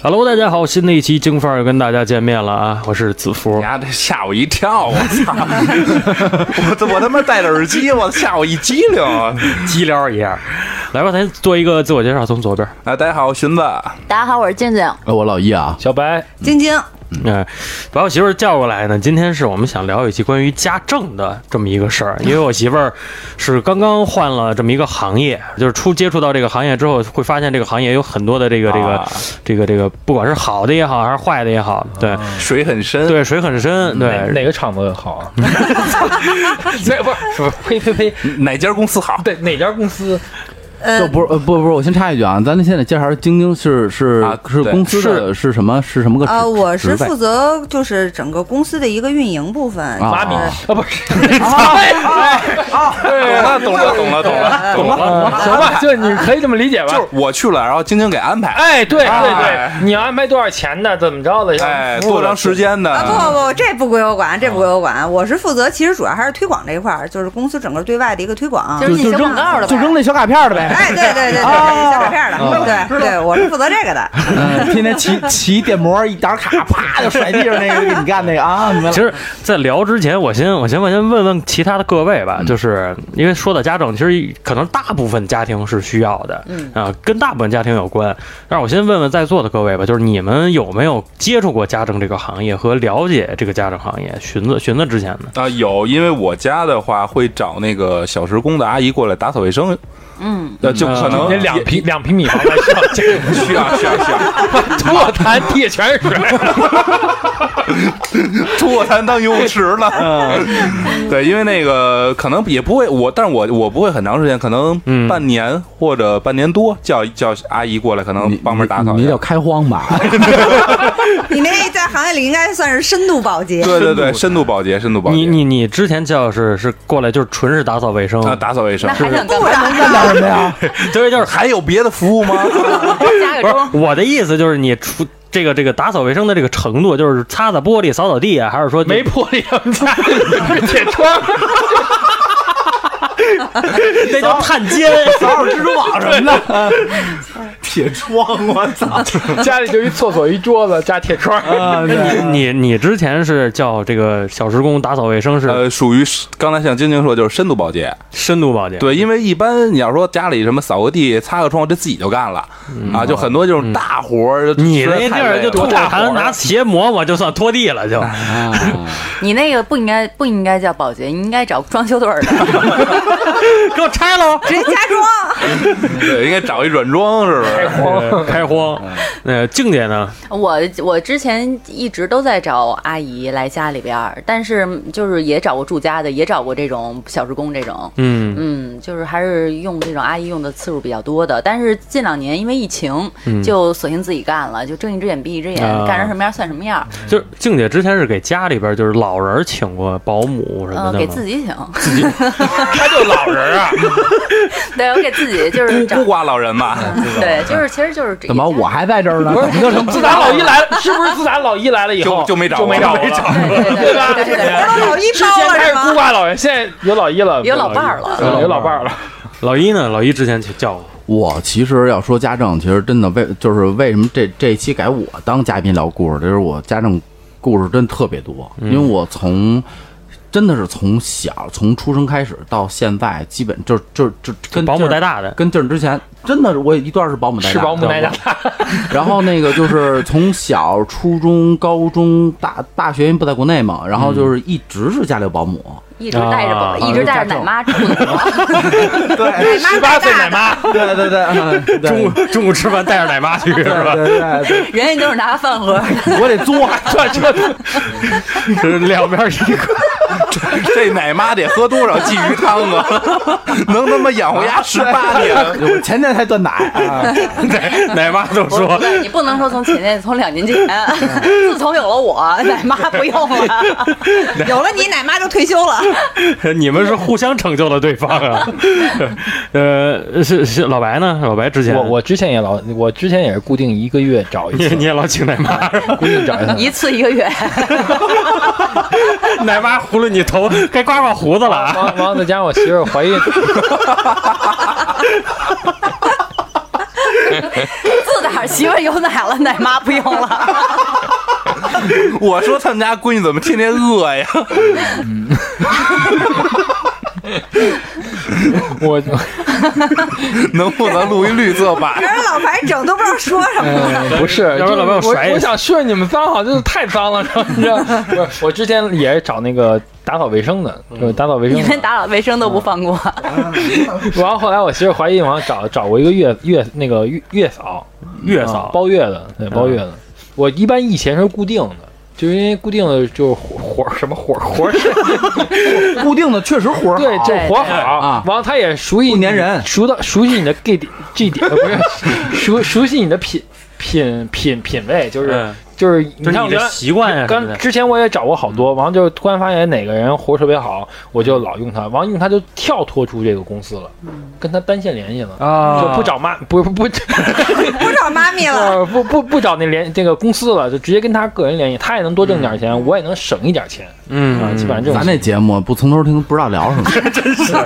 Hello， 大家好，新的一期京范儿又跟大家见面了啊！我是子福。 呀，这吓我一跳！我操！我他妈戴着耳机，我吓我一激灵， 激撩一下。来吧，咱做一个自我介绍，从左边。 大家好，我荀子。 大家好，我是静静。 我老一啊， 小白， 晶晶。 把我媳妇儿叫过来呢。今天是我们想聊一期关于家政的这么一个事儿，因为我媳妇儿是刚刚换了这么一个行业，就是接触到这个行业之后，会发现这个行业有很多的这个，不管是好的也好，还是坏的也好，对， 水很深， 对，水很深，对， 哪个厂子好啊？那不是，呸， 哪家公司好？ 对，哪家公司？ 不是，我先插一句啊，咱现在介绍晶晶是公司的是什么个我是负责就是整个公司的一个运营部分。 发明不是？懂了，行吧，就你可以这么理解吧。 就是我去了，然后晶晶给安排。 哎，对，你要安排多少钱的，怎么着的？ 哎，多长时间的？ 不，这不归我管，我是负责，其实主要还是推广这一块，就是公司整个对外的一个推广， 就是你小广告的， 就扔那小卡片的呗。 哎，对，小卡片的，对，我是负责这个的。 天天骑电摩，一打卡，啪就甩地上那个给你干那个啊！ 其实，在聊之前，我先问其他的各位吧，就是因为说到家政，其实可能大部分家庭是需要的，跟大部分家庭有关。但是我先问在座的各位吧，就是你们有没有接触过家政这个行业和了解这个家政行业？荀子之前的有，因为我家的话会找那个小时工的阿姨过来打扫卫生。就可能 2平米房子需要托坛地全是水， 托坛当游泳池了。对，因为那个可能也不会但是我不会很长时间，可能半年或者半年多，叫阿姨过来，可能帮忙打扫。 你叫开荒吧？ 你那在行业里应该算是深度保洁。 对，深度保洁。 你之前是过来就是纯是打扫卫生啊，打扫卫生。 那还想干什么呀？ 对，就是还有别的服务吗？ 加个钟。 我的意思就是你出这个打扫卫生的这个程度，就是擦擦玻璃、扫扫地啊，还是说没玻璃是铁窗？ 那叫探监， 扫扫蜘蛛网什么的。铁窗，我操！ 家里就一厕所一桌子加铁窗。 你之前是叫这个小时工打扫卫生是属于刚才像晶晶说就是深度保洁。对，因为一般你要说家里什么扫个地、擦个窗，这自己就干了啊，就很多这种大活。 你那地儿就拖盘拿鞋磨就算拖地了就。 你那个不应该叫保洁，你应该找装修队的。 给我拆了， 直接加装。 对，应该找一软装是吧？ 开荒。静姐呢？ 我之前一直都在找阿姨来家里边，但是就是也找过住家的，也找过这种小时工这种。就是还是用这种阿姨用的次数比较多的。但是近2年因为疫情，就索性自己干了，就睁一只眼闭一只眼，干成什么样算什么样。 就是静姐之前是给家里边就是老人请过保姆什么的， 给自己请。 他就老人啊。 对，我给自己就是孤寡老人嘛。 对，其实就是怎么我还在这儿呢？ 不是，自打老一来了，是不是自打老一来了以后就没找我， 对吧？ 老一包了是吗？孤寡老人，现在有老一了， 有老伴儿了， 有老伴儿了。 老一呢？老一之前叫过我。其实要说家政，其实真的为什么这一期改我当嘉宾聊故事，就是我家政故事真特别多，因为我真的是从出生开始到现在，基本就跟保姆带大的， 跟劲儿之前真的我有一段是保姆带大的， 是保姆带大。 然后那个就是从小、初中、高中、大学，因为不在国内嘛，然后就是一直是家里有保姆。 一直带着奶妈住的。 对 ，18岁奶妈。 对。 中午吃饭带着奶妈去是吧？ 对。 人家都是拿饭盒， 我得嘬， 这两边一个。 这奶妈得喝多少鲫鱼汤啊？能他妈养活牙18年？ 我前年才断奶啊！ 对，奶妈都说你不能说从前年，从2年前，自从有了我，奶妈不用了，有了你，奶妈就退休了。 你们是互相成就了对方啊。是老白呢？老白之前我之前也是固定1个月找一次， 你也老请奶妈， 固定找一次1个月。 奶妈糊了你头，该刮胡子了啊！ 王再加上我媳妇怀孕。 自打媳妇儿有奶了，奶妈不用了。 我说他们家闺女怎么天天饿呀？ 我能不能录一绿色版？ 让老白整都不知道说什么。 不是， 要不然老白我甩我想说你们脏好，就是太脏了，你知道？我之前也是找那个打扫卫生的，就是打扫卫生的， 你连打扫卫生都不放过。 然后后来我媳妇怀疑，我找过一个月嫂，包月的，对，包月的。我一般以前是固定的。就是因为固定的就是活固定的确实活好， 对，就活好啊。完了，他也熟悉不粘人， 熟悉你的 G 点，不是熟悉你的品味，就是你看你的习惯啊。 之前我也找过好多，完了就突然发现哪个人活特别好，我就老用他，完了用他就跳脱出这个公司了，跟他单线联系了啊，就不找不找妈咪了， 不找这个公司了，就直接跟他个人联系，他也能多挣点钱，我也能省一点钱。基本上这种。 咱那节目不从头听不知道聊什么， 真是，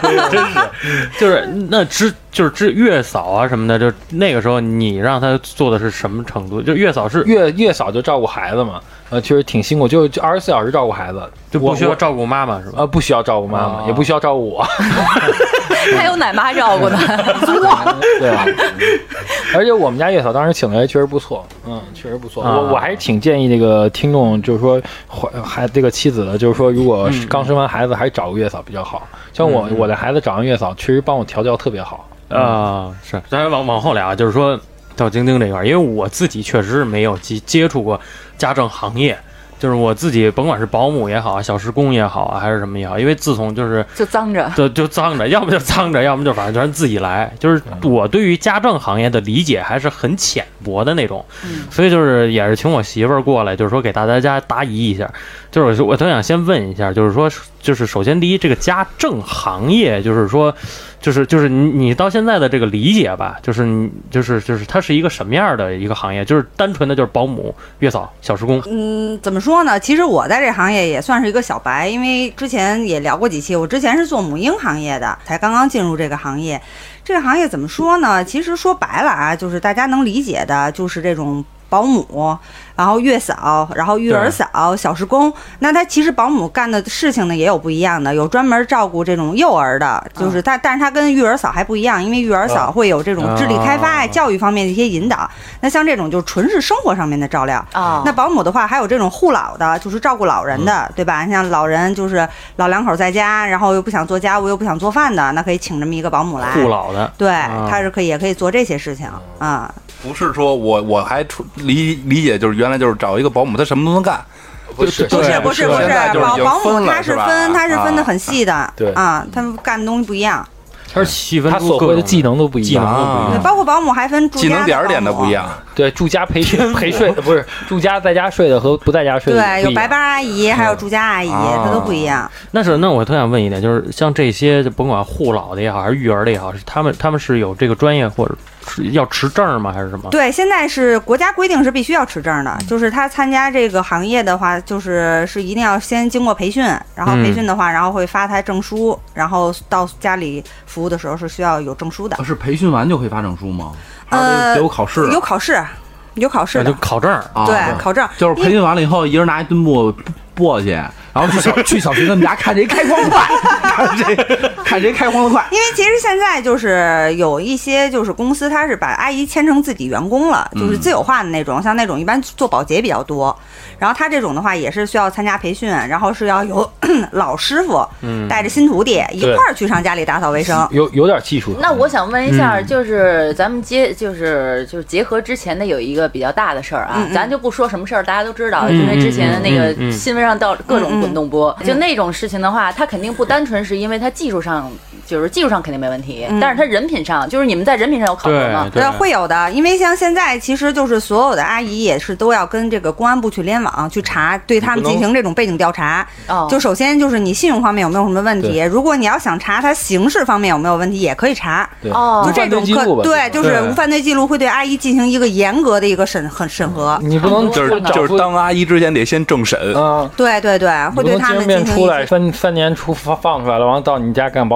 就是月嫂啊什么的，就那个时候你让他做的是什么程度？就月嫂是月嫂就照顾孩子嘛，确实挺辛苦，就24小时照顾孩子， 就不需要照顾妈妈是吧？ 不需要照顾妈妈，也不需要照顾我， 还有奶妈照顾呢。 对吧？而且我们家月嫂当时请的确实不错，确实不错。我还是挺建议这个听众，就是说这个妻子的，就是说如果刚生完孩子，还是找个月嫂比较好。像我的孩子找完月嫂，确实帮我调教特别好是。咱往后聊，就是说到晶晶这块，因为我自己确实是没有接触过家政行业。就是我自己，甭管是保姆也好啊，小时工也好啊，还是什么也好，因为自从就脏着， 就脏着，要么就脏着，要么就反正全是自己来。就是我对于家政行业的理解还是很浅薄的那种，所以就是也是请我媳妇儿过来，就是说给大家答疑一下。就是我特想先问一下，就是说，就是首先第一，这个家政行业，就是说，就是你到现在的这个理解吧，就是它是一个什么样的一个行业？就是单纯的就是保姆、月嫂、小时工。 怎么说呢？其实我在这行业也算是一个小白，因为之前也聊过几期，我之前是做母婴行业的，才刚刚进入这个行业。这个行业怎么说呢？其实说白了啊，就是大家能理解的，就是这种保姆，然后月嫂，然后育儿嫂、小时工。那他其实保姆干的事情呢也有不一样的，有专门照顾这种幼儿的，就是他，但是他跟育儿嫂还不一样，因为育儿嫂会有这种智力开发、教育方面的一些引导。那像这种就纯是生活上面的照料。那保姆的话还有这种护老的，就是照顾老人的，对吧？像老人就是老两口在家，然后又不想做家务又不想做饭的，那可以请这么一个保姆来护老的。 对，他是也可以做这些事情啊。 不是说我还理解，就是原来就是找一个保姆，他什么都能干。 不是，保姆他是分的很细的， 对啊，他们干的东西不一样， 他是细分， 他所会的技能都不一样， 包括保姆还分住家技能点的不一样， 对，住家陪睡不是住家在家睡的和不在家睡的， 对，有白班阿姨，还有住家阿姨，它都不一样。 那我特想问一点，就是像这些，甭管护老的也好，还是育儿的也好，他们是有这个专业或者是要持证吗，还是什么？ 对，现在是国家规定是必须要持证的，就是他参加这个行业的话，是一定要先经过培训，然后培训的话，然后会发他证书，然后到家里服务的时候是需要有证书的。 是培训完就会发证书吗？得有考试？ 有考试。有考试的， 就考证对，考证就是培训完了以后，一人拿一墩布簸箕，然后去小徐他们家看谁开荒的快，看谁开荒的快。 因为其实现在就是有一些就是公司，他是把阿姨签成自己员工了，就是自有化的那种，像那种一般做保洁比较多。然后他这种的话也是需要参加培训，然后是要有老师傅带着新徒弟一块儿去上家里打扫卫生， 有点技术。 那我想问一下，就是咱们就是结合之前的有一个比较大的事儿啊，咱就不说什么事儿，大家都知道，因为之前的那个新闻上到各种滚动播，就那种事情的话，它肯定不单纯是因为它技术上肯定没问题，但是它人品上，就是你们在人品上有考核吗？ 对，会有的，因为像现在其实就是所有的阿姨也是都要跟这个公安部去联网去查，对他们进行这种背景调查。就首先就是你信用方面有没有什么问题，如果你要想查他刑事方面有没有问题，也可以查。就这种对，就是无犯罪记录会对阿姨进行一个严格的一个审核。 你不能就是当阿姨之前得先政审。 对，会对他们进行出来3年放出来了，完了到你家干保姆去了，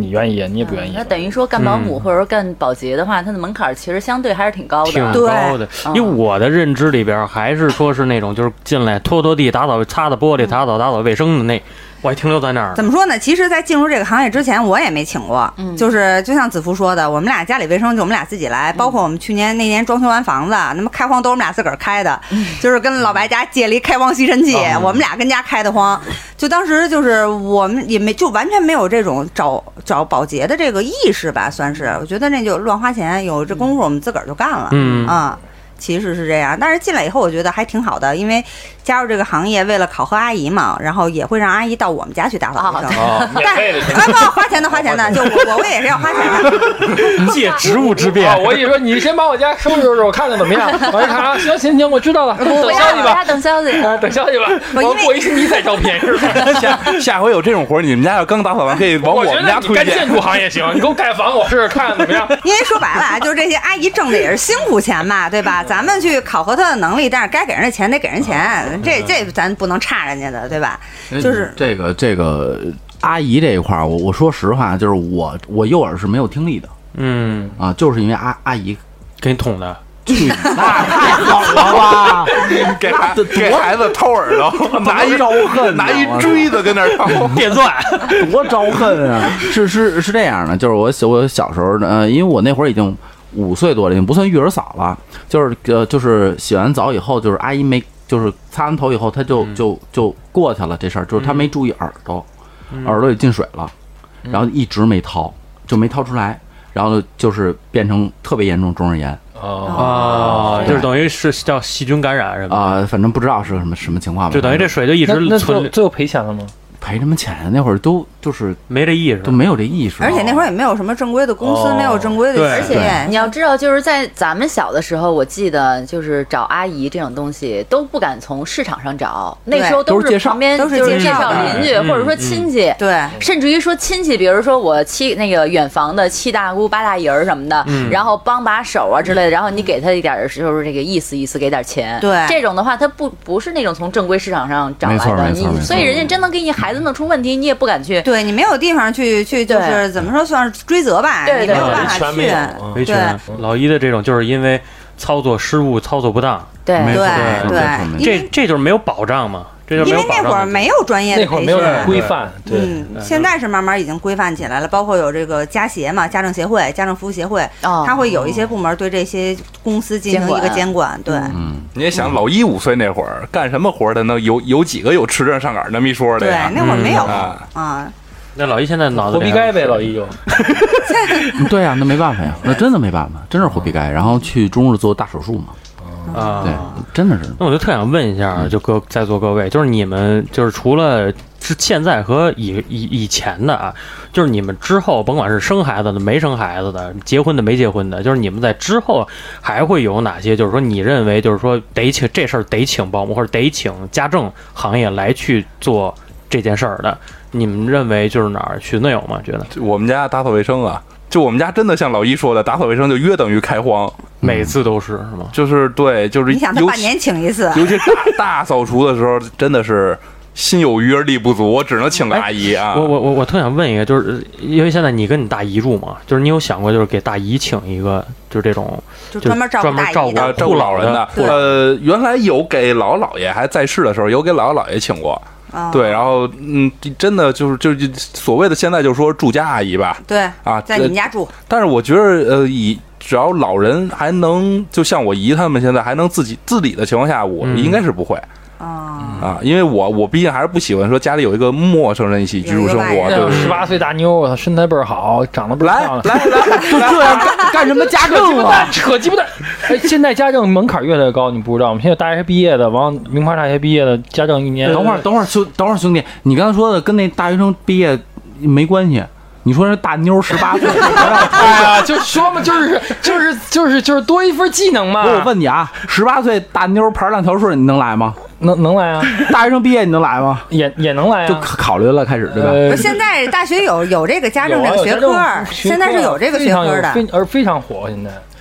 你愿意，你也不愿意。 那等于说干保姆或者说干保洁的话，它的门槛其实相对还是挺高的， 挺高的。因为我的认知里边还是说是那种就是进来拖地、打扫、擦擦玻璃、打扫卫生的那。我还停留在那儿。 怎么说呢？其实，在进入这个行业之前，我也没请过。就是就像子福说的，我们俩家里卫生就我们俩自己来，包括我们去年那年装修完房子，那么开荒都是我们俩自个儿开的，就是跟老白家借了一开荒吸尘器，我们俩跟家开的荒。就当时就是我们也没就完全没有这种找保洁的这个意识吧，算是。我觉得那就乱花钱，有这功夫我们自个儿就干了。其实是这样，但是进来以后我觉得还挺好的，因为加入这个行业为了考核阿姨嘛，然后也会让阿姨到我们家去打扫卫生。但不花钱的，就我也是要花钱的。 借职务之便。 我跟你说，你先把我家收拾收拾，我看看怎么样。我一看啊，行，我知道了，等消息吧。 等消息吧。 我以为你在招聘是吧？ 下回有这种活，你们家要刚打扫完，可以往我们家推荐。 干建筑行业行，你给我盖房，我试试看怎么样。 因为说白了啊，就是这些阿姨挣的也是辛苦钱嘛，对吧？咱们去考核她的能力，但是该给人的钱得给人钱，这咱不能差人家的，对吧？就是这个阿姨这一块儿，我说实话，就是我右耳是没有听力的，就是因为阿姨给你捅的。 去，那太好了吧！ 给孩子掏耳朵，拿一招恨， 拿一锥子跟那儿掏电钻， 多招恨啊！是这样的，就是我小时候因为我那会儿已经5岁多了，已经不算育儿嫂了，就是洗完澡以后，就是阿姨没就是擦完头以后，她就过去了这事儿，就是她没注意耳朵里进水了，然后一直没掏，就没掏出来，然后就是变成特别严重中耳炎。 就是等于是叫细菌感染什么反正不知道是什么情况吧。 就等于这水就一直存。 最后赔钱了吗？ 赔什么钱呀？那会儿都就是没这意识， 都没有这意识， 而且那会儿也没有什么正规的公司，没有正规的而且你要知道，就是在咱们小的时候，我记得就是找阿姨这种东西都不敢从市场上找，那时候都是旁边就是介绍邻居或者说亲戚， 对， 甚至于说亲戚，比如说我那个远房的7大姑8大姨儿什么的，然后帮把手啊之类的，然后你给他一点就是这个意思给点钱， 对， 这种的话，他不是那种从正规市场上找来的，所以人家真能给你孩子弄出问题，你也不敢去， 对你没有地方去就是怎么说算是追责吧， 对， 你没有办法去， 没权。老姨的这种就是因为操作失误、操作不当， 对， 这就是没有保障嘛。因为那会儿没有专业的培训， 那会儿没有人规范，对， 现在是慢慢已经规范起来了，包括有这个家协嘛，家政协会、家政服务协会，它会有一些部门对这些公司进行一个监管，对。 你也想，老1 5岁那会儿干什么活的？能有几个有吃着上杆那么一说的呀？ 对，那会儿没有啊。那老一现在脑子活逼该呗，老一就。 对啊，那没办法呀，那真的没办法，真是活逼该。然后去中日做大手术嘛。对，真的是。 那我就特想问一下，就在座各位，就是你们就是除了是现在和以前的啊，就是你们之后甭管是生孩子的、没生孩子的、结婚的、没结婚的，就是你们在之后还会有哪些？就是说你认为就是说这事儿得请保姆或者得请家政行业来去做这件事儿的，你们认为就是哪儿寻思有吗？觉得我们家打扫卫生啊。就我们家真的像老一说的，打扫卫生就约等于开荒， 每次都是吗？ 就是对，就是你想他半年请一次， 尤其大扫除的时候，真的是心有余而力不足，我只能请个阿姨啊。 我特想问一个，就是因为现在你跟你大姨住嘛，就是你有想过就是给大姨请一个就是这种就专门照顾老人的？原来有给姥姥姥爷还在世的时候，有给姥姥姥爷请过。对，然后真的就是所谓的现在就说住家阿姨吧， 对啊，在你们家住。 但是我觉得只要老人还能就像我姨他们现在还能自理的情况下，我应该是不会。因为我毕竟还是不喜欢说家里有一个陌生人一起居住生活。 对，18岁大妞，她身材倍儿好，长得倍儿漂亮。 来， 就这样干什么家政啊？ 扯鸡巴蛋！现在家政门槛越来越高，你不知道吗？现在大学毕业的，完名牌大学毕业的家政1年。 等会儿兄弟，你刚才说的跟那大学生毕业没关系。你说这大妞18岁， 哎呀，就说嘛，就是多一份技能嘛。 我问你啊，18岁大妞牌2条顺，你能来吗？ 能来啊！ 大学生毕业你能来吗？ 也能来啊！ 就考虑了，开始对吧？ 现在大学有这个家政这个学科，现在是有这个学科的， 非常火。现在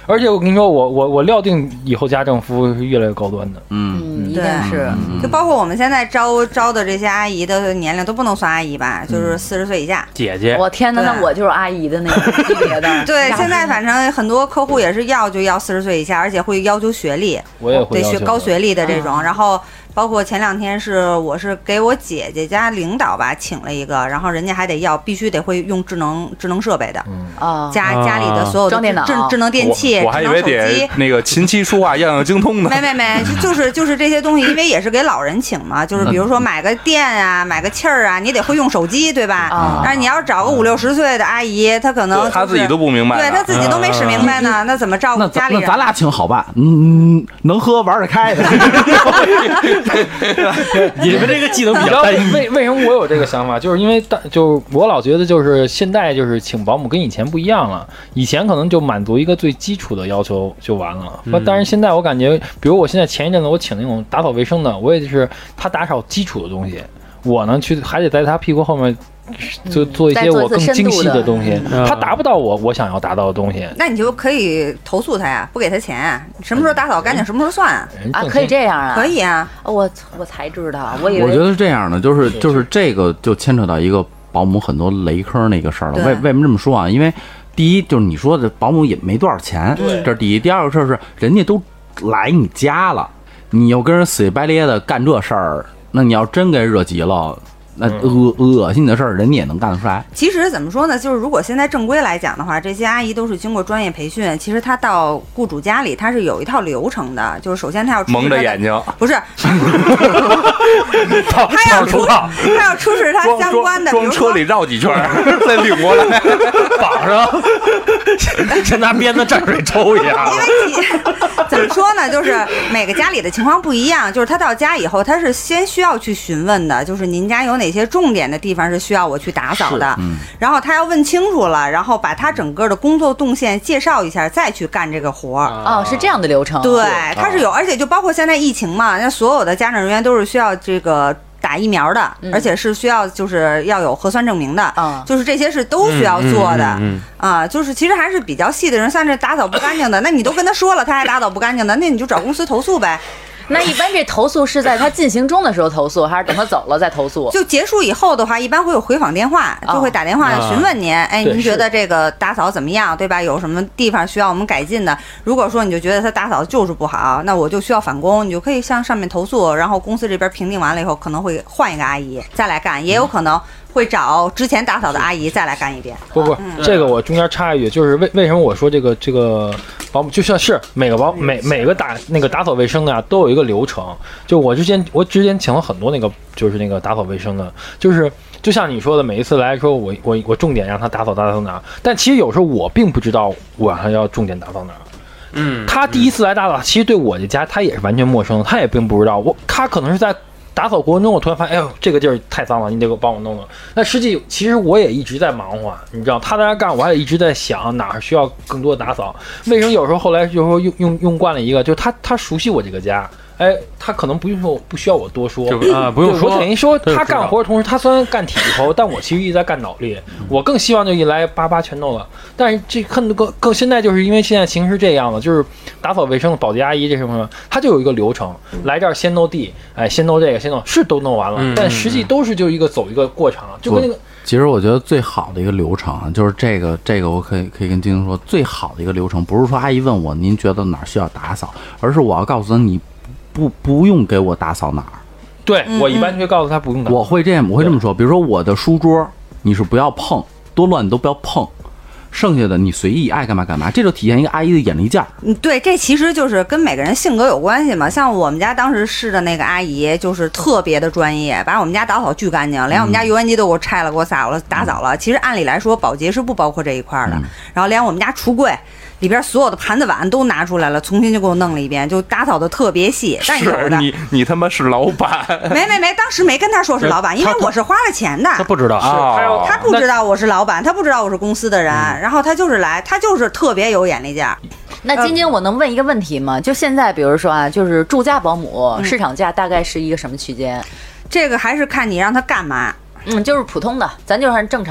而且我跟你说，我料定以后家政服务是越来越高端的。 一定是。 就包括我们现在招的这些阿姨的年龄都不能算阿姨吧，就是40岁以下。 姐姐， 我天哪，那我就是阿姨的那个级别的。 对，现在反正很多客户也是要40岁以下，而且会要求学历， 我也会得学高学历的这种，然后。包括前2天我是给我姐姐家领导吧请了一个，然后人家还必须得会用智能设备的，家里的所有的智能电器， 我还以为得那个琴棋书画样样精通呢。 没，就是这些东西，因为也是给老人请嘛，就是比如说买个电啊，买个气儿啊，你得会用手机，对吧？但是你要找个50、60岁的阿姨，她可能她自己都不明白， 对她自己都没使明白呢，那怎么照顾家里人？ 那咱俩请好办，能喝玩得开的。 你们这个技能比较单一。 为什么我有这个想法？就是因为就是我老觉得就是现在就是请保姆跟以前不一样了，以前可能就满足一个最基础的要求就完了。但是现在我感觉，比如我现在前一阵子我请那种打扫卫生的，我也就是他打扫基础的东西，我呢还得在他屁股后面。就做一些我更精细的东西，他达不到我想要达到的东西， 那你就可以投诉他呀，不给他钱，什么时候打扫干净什么时候算啊？可以这样啊？ 可以啊， 我才知道，我以为我觉得是这样的，就是这个就牵扯到一个保姆很多雷坑那个事儿了。为什么这么说啊？因为第一就是你说的保姆也没多少钱，这是第一。第二个事儿是人家都来你家了，你又跟人死乞白咧的干这事儿，那你要真给人惹急了。那恶心的事儿，人家也能干得出来。 其实怎么说呢，就是如果现在正规来讲的话，这些阿姨都是经过专业培训。其实她到雇主家里，她是有一套流程的。就是首先她要蒙着眼睛， 不是，她要出示她相关的， 装车里绕几圈再领过来， 绑上，先拿鞭子蘸水抽一下。 因为怎么说呢，就是每个家里的情况不一样。就是她到家以后，她是先需要去询问的，就是您家有哪些重点的地方是需要我去打扫的，然后他要问清楚了，然后把他整个的工作动线介绍一下，再去干这个活儿。 哦，是这样的流程。 对，他是有，而且就包括现在疫情嘛，那所有的家政人员都是需要这个打疫苗的，而且是需要就是要有核酸证明的，就是这些是都需要做的啊。就是其实还是比较细的人，像这打扫不干净的，那你都跟他说了，他还打扫不干净的，那你就找公司投诉呗。 那一般这投诉是在他进行中的时候投诉，还是等他走了再投诉？ 就结束以后的话，一般会有回访电话，就会打电话询问您，哎，您觉得这个打扫怎么样，对吧？有什么地方需要我们改进的？如果说你就觉得他打扫就是不好，那我就需要返工，你就可以向上面投诉，然后公司这边评定完了以后，可能会换一个阿姨再来干，也有可能会找之前打扫的阿姨再来干一遍。 不，这个我中间插一句，就是为什么我说这个保姆就像是每个打扫卫生的呀都有一个流程。就我之前请了很多就是那个打扫卫生的，就像你说的，每一次来说我重点让他打扫哪儿，但其实有时候我并不知道我还要重点打扫哪儿。他第一次来打扫，其实对我这家他也是完全陌生的，他也并不知道他可能是在打扫过程中，我突然发现，哎呦，这个地儿太脏了，你得给我帮我弄弄。那其实我也一直在忙活，你知道，他在那干，我还一直在想哪儿需要更多的打扫。为什么有时候后来就说用惯了一个，就是他熟悉我这个家。哎，他可能不需要我多说不用说。 我等于说他干活的同时，他虽然干体力活，但我其实一直在干脑力。我更希望就一来叭全弄了。但是这更现在就是因为现在形势这样了，就是打扫卫生的保洁阿姨这什么，他就有一个流程，来这儿先弄地，哎，先弄这个，先弄是都弄完了，但实际都是就走一个过程，就跟那个。 其实我觉得最好的一个流程啊，就是这个我可以跟晶晶说，最好的一个流程不是说阿姨问我您觉得哪儿需要打扫，而是我要告诉他你。不用给我打扫哪儿， 对我一般就会告诉他不用打扫。 我会这么说，比如说我的书桌，你是不要碰，多乱你都不要碰，剩下的你随意爱干嘛干嘛，这就体现一个阿姨的眼力劲儿。 对，这其实就是跟每个人性格有关系嘛。像我们家当时试的那个阿姨，就是特别的专业，把我们家打扫巨干净，连我们家油烟机都给我拆了，给我撒了，打扫了。其实按理来说，保洁是不包括这一块的。然后连我们家橱柜里边所有的盘子碗都拿出来了，重新就给我弄了一遍，就打扫的特别细。但有的你他妈是老板？ 没，当时没跟他说是老板，因为我是花了钱的。 他不知道他不知道我是老板，他不知道我是公司的人，然后他就是来，他就是特别有眼力劲儿。 那晶晶，我能问一个问题吗？就现在，比如说啊，就是住家保姆市场价大概是一个什么区间？ 这个还是看你让他干嘛。 就是普通的，咱就是正常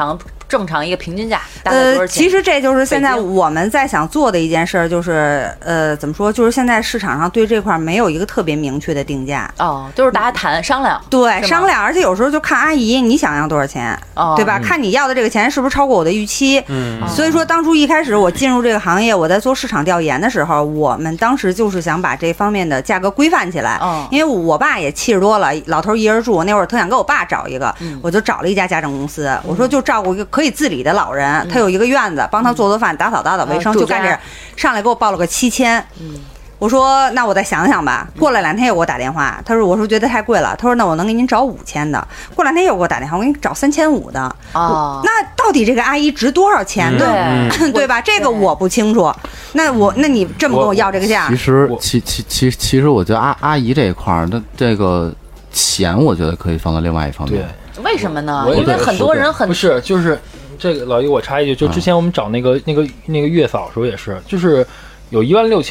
正常一个平均价大概多少钱？ 其实这就是现在我们在想做的一件事儿，就是怎么说，就是现在市场上对这块没有一个特别明确的定价。 哦，就是大家商量， 对，商量，而且有时候就看阿姨你想要多少钱，对吧？看你要的这个钱是不是超过我的预期。所以说当初一开始我进入这个行业，我在做市场调研的时候，我们当时就是想把这方面的价格规范起来。因为我爸也70多了，老头一人住，那会儿特想给我爸找一个，我就找了一家家政公司，我说就照顾一个可以自理的老人，他有一个院子，帮他做饭、打扫卫生，就干这，上来给我报了个7000。我说那我再想想吧。过了2天又给我打电话，他说我说觉得太贵了，他说那我能给您找5000的。过2天又给我打电话，我给你找3500的。那到底这个阿姨值多少钱呢？对吧？这个我不清楚。那你这么跟我要这个价？ 其实我觉得阿姨这一块儿，那这个钱我觉得可以放到另外一方面。 对，为什么呢？因为很多人不是就是这个老于我插一句，就之前我们找那个月嫂的时候也是，就是有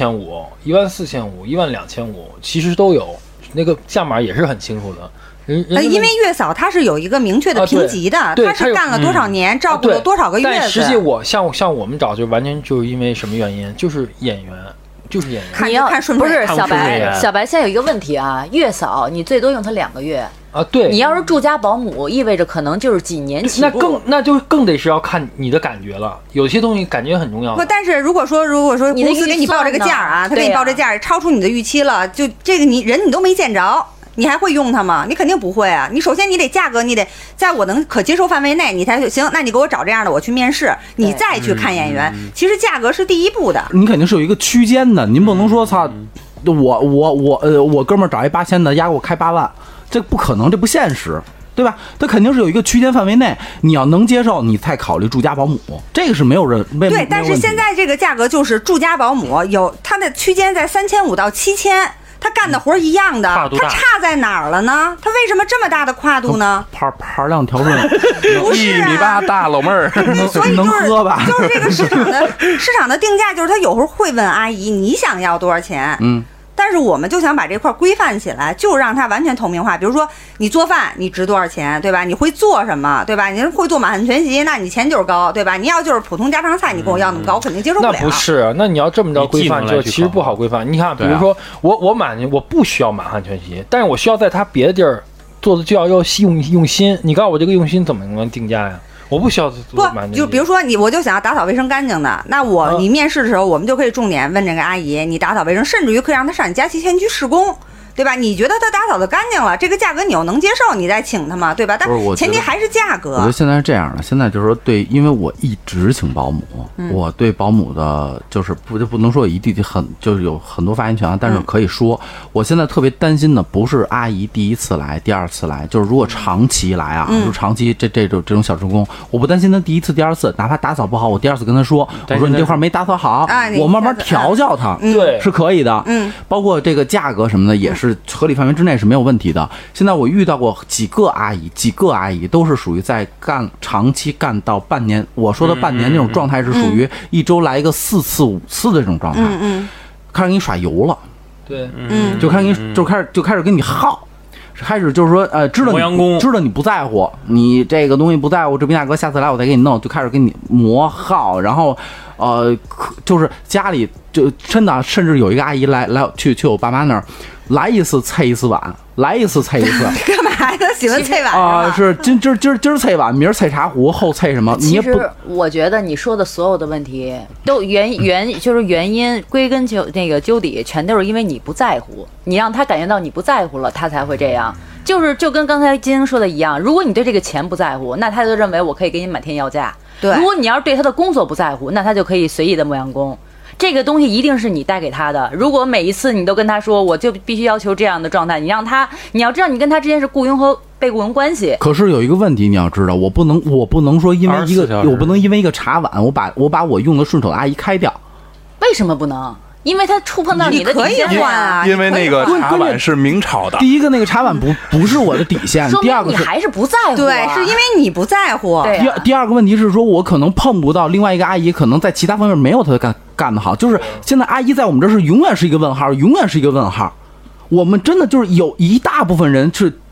16500、14500、12500，其实都有，那个价码也是很清楚的。 因为月嫂她是有一个明确的评级的，她是干了多少年，照顾了多少个月子。 但实际像我们找就完全就是因为什么原因，就是演员。 你要看顺不是小白现在有一个问题啊，月嫂你最多用它2个月啊，对， 你要是住家保姆，意味着可能就是几年起步， 那就更得是要看你的感觉了，有些东西感觉很重要。 不，但是如果说公司给你报这个价啊，他给你报这价超出你的预期了，就这个你都没见着。你还会用它吗？你肯定不会啊！你首先你得价格，你得在我能可接受范围内，你才行。那你给我找这样的，我去面试，你再去看演员。其实价格是第一步的， 你肯定是有一个区间的，您不能说操，我哥们儿找一8000的，压给我开8万，这不可能，这不现实，对吧？它肯定是有一个区间范围内，你要能接受，你才考虑住家保姆，这个是没有人对。但是现在这个价格就是住家保姆有它的区间在3500到7000。他干的活一样的，他差在哪儿了呢？他为什么这么大的跨度呢？ 牌量调整不是 1.8米大老妹儿， 所以能喝吧？ 就是这个市场的定价，就是他有时候会问阿姨你想要多少钱？但是我们就想把这块规范起来，就让它完全透明化。比如说你做饭你值多少钱，对吧？你会做什么，对吧？你会做满汉全席，那你钱就是高，对吧？你要就是普通家常菜，你跟我要那么高，我肯定接受不了。 那不是，那你要这么着规范，就其实不好规范。你看，比如说我不需要满汉全席，但是我需要在他别的地儿做的就要用心。你告诉我这个用心怎么能定价呀？我不需要不，就比如说我就想要打扫卫生干净的，那你面试的时候，我们就可以重点问这个阿姨，你打扫卫生，甚至于可以让她上你家提前去施工，对吧？你觉得她打扫的干净了，这个价格你又能接受，你再请她嘛，对吧？但前提还是价格。 我觉得现在是这样的，现在就是说因为我一直请保姆，我对保姆的就是不能说一定就是有很多发言权，但是可以说，我现在特别担心的不是阿姨第一次来、第二次来，就是如果长期来啊，就长期这种小职工，我不担心他第一次、第二次，哪怕打扫不好，我第二次跟他说，我说你这块没打扫好，我慢慢调教他， 对， 是可以的。包括这个价格什么的也是合理范围之内是没有问题的。现在我遇到过几个阿姨都是属于在长期干到半年，我说的半年这种状态是属于一周来一个4次5次的这种状态，开始给你耍油了， 对， 就开始跟你耗。开始就是说，知道你不在乎，你这个东西不在乎，这边大哥下次来我再给你弄，就开始给你磨耗，然后，就是家里就真的，甚至有一个阿姨来去我爸妈那儿，来一次菜一次碗，来一次菜一次。 干嘛呀？他喜欢菜碗啊？是今儿菜碗，明儿菜茶壶，后菜什么？ 其实我觉得你说的所有的问题都就是原因归根究底，全都是因为你不在乎，你让他感觉到你不在乎了，他才会这样。就跟刚才金英说的一样，如果你对这个钱不在乎，那他就认为我可以给你满天要价。 对， 如果你要是对他的工作不在乎，那他就可以随意的磨洋工。这个东西一定是你带给他的。如果每一次你都跟他说，我就必须要求这样的状态，你要知道你跟他之间是雇佣和被雇佣关系。 可是有一个问题你要知道，我不能说因为一个茶碗，我把我用的顺手的阿姨开掉。 为什么不能？因为它触碰到你的底线啊！ 因为那个茶碗是明朝的。 第一个那个茶碗不是我的底线，第二个你还是不在乎。 对，是因为你不在乎。 第二个问题是说，我可能碰不到另外一个阿姨，可能在其他方面没有她干得好。就是现在阿姨在我们这是永远是一个问号，永远是一个问号。我们真的就是有一大部分人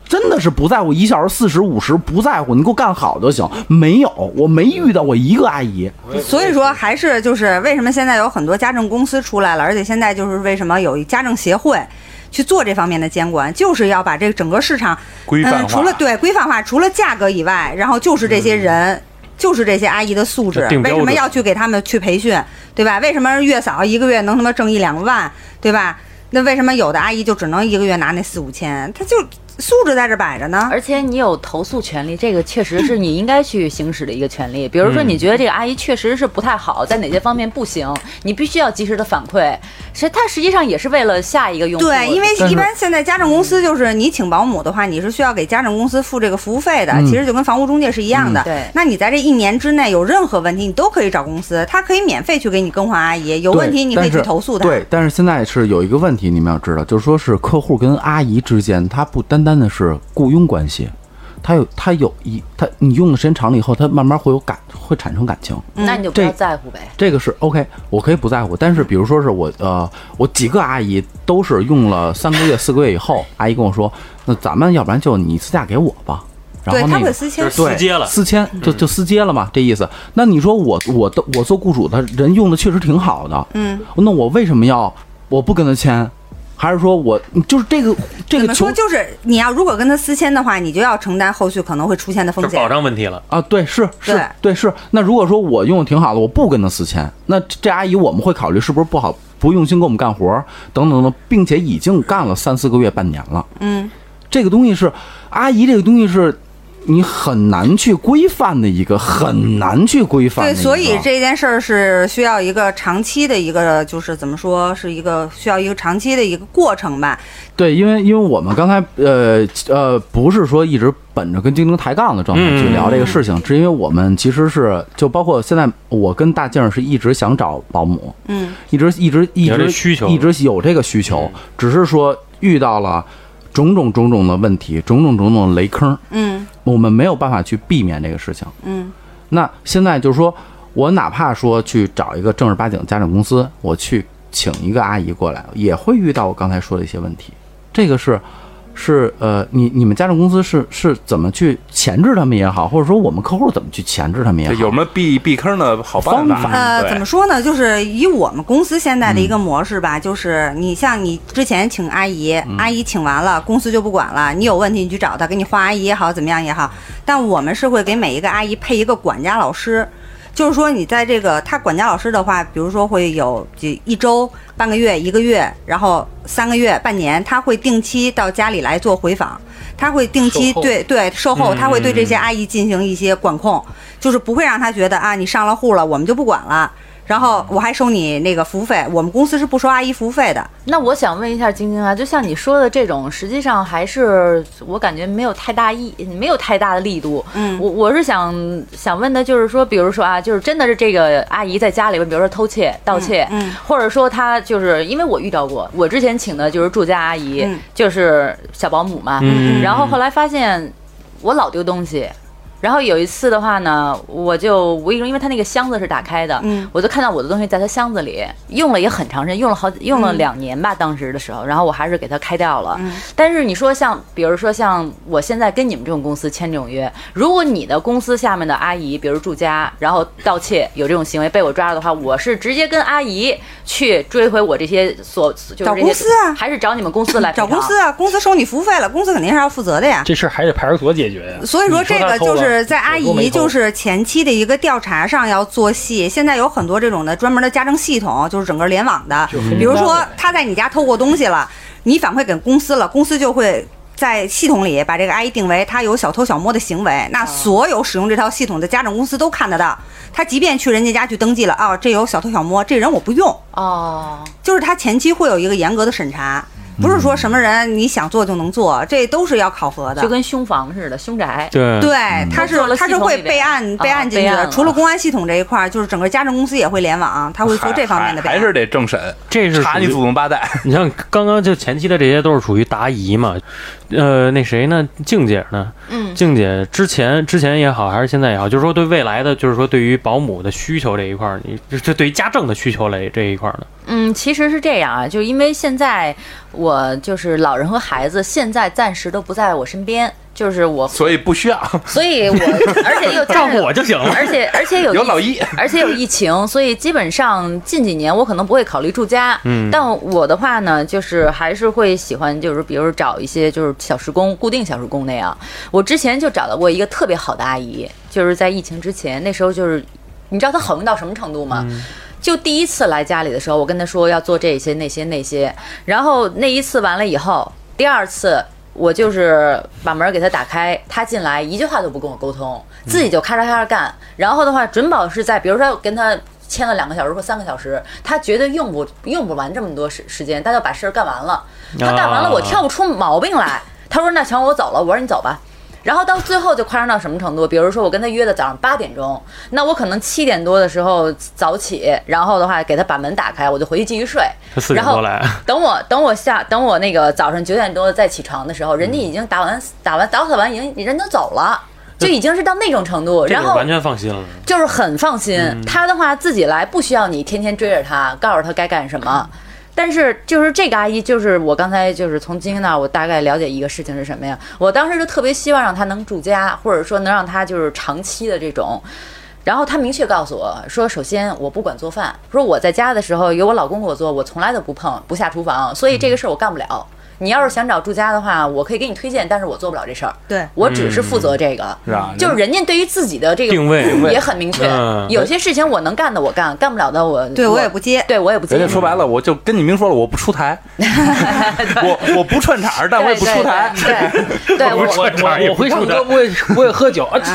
真的是不在乎1小时40、50，不在乎，你给我干好就行。没有，我没遇到过一个阿姨。 所以说，还是就是为什么现在有很多家政公司出来了，而且现在就是为什么有家政协会去做这方面的监管，就是要把这个整个市场规范化， 除了对规范化，除了价格以外，然后就是这些人。就是这些阿姨的素质，为什么要去给他们去培训，对吧？为什么月嫂1个月能他妈挣1、2万，对吧？那为什么有的阿姨就只能1个月拿那4、5千？她就素质在这摆着呢。 而且你有投诉权利，这个确实是你应该去行使的一个权利。比如说，你觉得这个阿姨确实是不太好，在哪些方面不行，你必须要及时的反馈。它实际上也是为了下一个用户。 对，因为一般现在家政公司就是你请保姆的话，你是需要给家政公司付这个服务费的，其实就跟房屋中介是一样的。 对， 那你在这1年之内有任何问题，你都可以找公司，他可以免费去给你更换阿姨，有问题你可以去投诉他。 对，但是现在是有一个问题，你们要知道，就是说是客户跟阿姨之间，他不单单的是雇佣关系，你用的时间长了以后，他慢慢会产生感情。 那你就不要在乎呗。 这个是 OK， 我可以不在乎。但是比如说是我几个阿姨都是用了3个月、4个月以后，阿姨跟我说，那咱们要不然就你私下给我吧。然后对，他会私签， 私接了， 私签就私接了嘛，这意思。那你说我做雇主的人用的确实挺好的，那我为什么我不跟他签？还是说我就是这个怎么说？就是你要如果跟他私签的话，你就要承担后续可能会出现的风险， 是保障问题了啊。对，是。那如果说我用的挺好的，我不跟他私签，那这阿姨我们会考虑是不是不用心给我们干活等等的，并且已经干了3、4个月、半年了。这个东西是阿姨，这个东西是。你很难去规范的一个，很难去规范的一个。 对，所以这件事儿是需要一个长期的一个，就是怎么说，是一个需要一个长期的一个过程吧。 对，因为我们刚才不是说一直本着跟京东抬杠的状态去聊这个事情，是因为我们其实是就包括现在我跟大静是一直想找保姆，一直需求， 一直有这个需求，只是说遇到了种种的问题，种种的雷坑，我们没有办法去避免这个事情，那现在就是说我哪怕说去找一个正儿八经家政公司，我去请一个阿姨过来，也会遇到我刚才说的一些问题。这个是你们家政公司是怎么去钳制他们也好，或者说我们客户怎么去钳制他们也好， 有没有避坑的好办法？ 怎么说呢？就是以我们公司现在的一个模式吧，就是你像你之前请阿姨，阿姨请完了，公司就不管了，你有问题你去找他，给你换阿姨也好，怎么样也好。但我们是会给每一个阿姨配一个管家老师。就是说，你在这个他管家老师的话，比如说会有1周、半个月、1个月，然后3个月、半年，他会定期到家里来做回访，他会定期对售后，他会对这些阿姨进行一些管控，就是不会让他觉得啊，你上了户了，我们就不管了。然后我还收你那个服务费，我们公司是不收阿姨服务费的。 那我想问一下晶晶啊，就像你说的这种，实际上还是我感觉没有太大的力度。我是想问的就是说，比如说啊，就是真的是这个阿姨在家里边，比如说偷窃、盗窃，或者说她就是因为我遇到过，我之前请的就是住家阿姨，就是小保姆嘛，然后后来发现我老丢东西。然后有一次的话呢，我无意中，因为他那个箱子是打开的，我就看到我的东西在他箱子里，用了也很长时间，用了2年吧，当时的时候，然后我还是给他开掉了。但是你说比如说像我现在跟你们这种公司签这种约，如果你的公司下面的阿姨，比如住家，然后盗窃有这种行为被我抓了的话，我是直接跟阿姨去追回我这些就是找公司啊， 还是找你们公司来找公司啊？公司收你服务费了，公司肯定是要负责的呀。 这事还得派出所解决呀。 所以说这个就是在阿姨就是前期的一个调查上要做细，现在有很多这种的专门的家政系统，就是整个联网的。比如说他在你家偷过东西了，你反馈给公司了，公司就会在系统里把这个阿姨定为他有小偷小摸的行为，那所有使用这套系统的家政公司都看得到。他即便去人家家去登记了，这有小偷小摸，这人我不用。就是他前期会有一个严格的审查。不是说什么人你想做就能做，这都是要考核的， 就跟凶房似的，凶宅。 对，他是会备案进去的。除了公安系统这一块，就是整个家政公司也会联网，他会做这方面的备案。 还是得政审， 这是查你祖宗八代。 你像刚刚就前期的这些都是属于答疑嘛。那谁呢？静姐呢？静姐之前也好，还是现在也好，就是说对未来的，就是说对于保姆的需求这一块，你就对于家政的需求这一块呢？ 其实是这样啊，就因为现在我就是老人和孩子现在暂时都不在我身边，就是我， 所以不需要， 所以我而且又照顾我就行了， 而且有老一， 而且有疫情，所以基本上近几年我可能不会考虑住家。但我的话呢，就是还是会喜欢，就是比如找一些就是小时工、固定小时工那样。我之前就找到过一个特别好的阿姨，就是在疫情之前，那时候就是你知道她好用到什么程度吗？就第一次来家里的时候，我跟她说要做这些那些，然后那一次完了以后，第二次我就是把门给他打开，他进来一句话都不跟我沟通，自己就咔嚓干。然后的话，准保是在比如说跟他签了2个小时或3个小时，他绝对用不完这么多时间，他就把事儿干完了。他干完了，我挑不出毛病来。他说那行我走了，我说你走吧。然后到最后就夸张到什么程度？比如说我跟他约的早上8点钟，那我可能7点多的时候早起，然后的话给他把门打开，我就回去继续睡。 他4点多来， 等我那个早上9点多再起床的时候，人家已经打扫完，已经人都走了。就已经是到那种程度，然后完全放心了， 就是很放心。他的话自己来，不需要你天天追着他，告诉他该干什么。但是就是这个阿姨，就是我刚才就是从晶晶那儿，我大概了解一个事情是什么呀？我当时就特别希望让她能住家，或者说能让她就是长期的这种。然后她明确告诉我说，首先我不管做饭，说我在家的时候有我老公给我做，我从来都不碰不下厨房，所以这个事儿我干不了。你要是想找住家的话，我可以给你推荐，但是我做不了这事儿。 对， 我只是负责这个，就是人家对于自己的这个定位也很明确。有些事情我能干的我干，干不了的我也不接。 对我也不接。 人家说白了，我就跟你明说了，我不出台，我不串场，但我也不出台。 对， 我会唱歌，不会喝酒啊。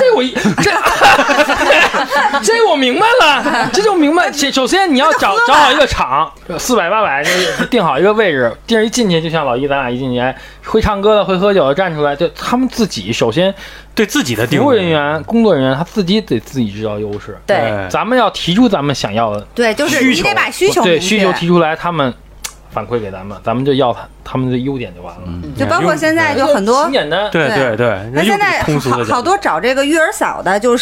这我明白了，这就明白。首先你要找好一个场，400、800，定好一个位置，地儿一进去就像老一。咱俩一进去，会唱歌的、会喝酒的站出来，就他们自己首先对自己的服务人员、工作人员，他自己得自己知道优势。 对， 咱们要提出咱们想要的， 对，就是你得把需求提出来，他们反馈给咱们就要他们的优点就完了。 就包括现在就很多， 很简单。 对。 那现在好多找这个育儿嫂的，就是。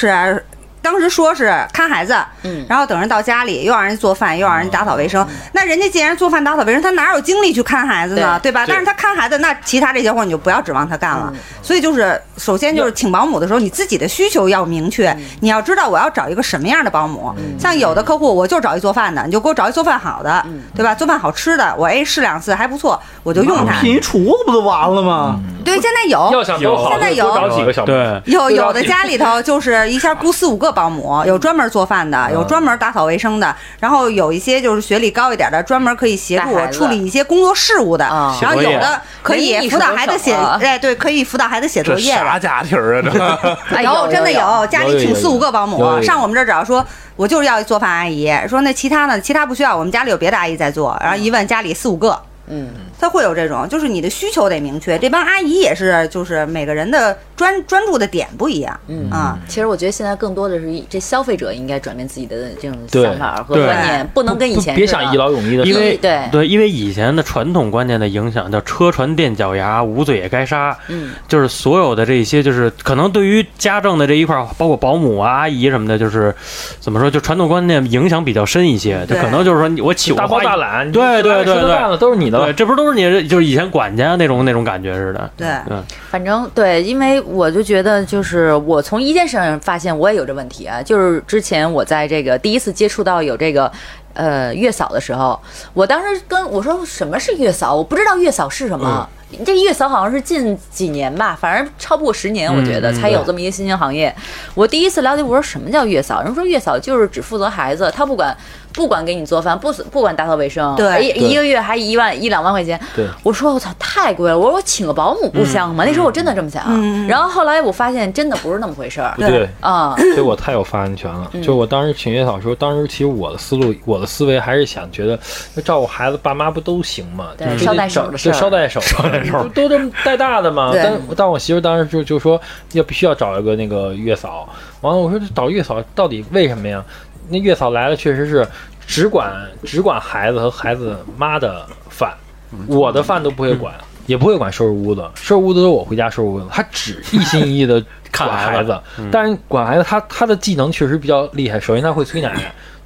当时说是看孩子，然后等人到家里又让人做饭，又让人打扫卫生。那人家既然做饭打扫卫生，他哪有精力去看孩子呢？对吧？但是他看孩子，那其他这些活你就不要指望他干了。所以就是首先就是请保姆的时候，你自己的需求要明确，你要知道我要找一个什么样的保姆。像有的客户我就找一做饭的，你就给我找一做饭好的，对吧？做饭好吃的，我试2次还不错，我就用它。 聘一厨子不就完了吗？ 对，现在有， 要想都好， 现在有找几个小对， 有的家里头就是一下雇4、5个保姆，有专门做饭的，有专门打扫卫生的，然后有一些就是学历高一点的，专门可以协助我处理一些工作事务的，然后有的可以辅导孩子写，对，可以辅导孩子写作业的。 啥家庭啊？ 有真的有，家里请4、5个保姆，上我们这儿只要说。我就是要一做饭阿姨，说那其他呢？其他不需要，我们家里有别的阿姨在做。然后一问家里4、5个，他会有这种，就是你的需求得明确。这帮阿姨也是，就是每个人的专注的点不一样。 其实我觉得现在更多的是这消费者应该转变自己的这种想法和观念，不能跟以前别想一劳永逸的。 因为因为以前的传统观念的影响，叫车传垫脚牙，捂嘴也该杀。就是所有的这些，就是可能对于家政的这一块，包括保姆啊、阿姨什么的，就是怎么说，就传统观念影响比较深一些。就可能就是说我起大包大揽， 对， 都是你的了， 这不是都是你，就是以前管家那种感觉似的。 对， 反正对，因为我就觉得，就是我从一件事上发现我也有这问题啊，就是之前我在这个第一次接触到有这个月嫂的时候，我当时跟我说什么是月嫂，我不知道月嫂是什么。这月嫂好像是近几年吧，反正超不过10年，我觉得才有这么一个新兴行业。我第一次了解，我说什么叫月嫂？人说月嫂就是只负责孩子，他不管给你做饭，不管打扫卫生， 对， 一个月还1、2万块钱。 对， 我说我操，太贵了！我说我请个保姆不香吗？那时候我真的这么想。然后后来我发现真的不是那么回事儿。 对啊， 所以我太有发言权了。就我当时请月嫂的时候，当时其实我的思维还是想觉得，照顾孩子爸妈不都行吗？ 对，捎带手的事儿， 捎带手都这么带大的嘛。但我媳妇当时就说必须要找一个那个月嫂。完了我说找月嫂到底为什么呀？那月嫂来了确实是只管孩子和孩子妈的饭，我的饭都不会管，也不会管收拾屋子，收拾屋子都是我回家收拾屋子，他只一心一意的管孩子。但是管孩子他的技能确实比较厉害，首先他会催奶。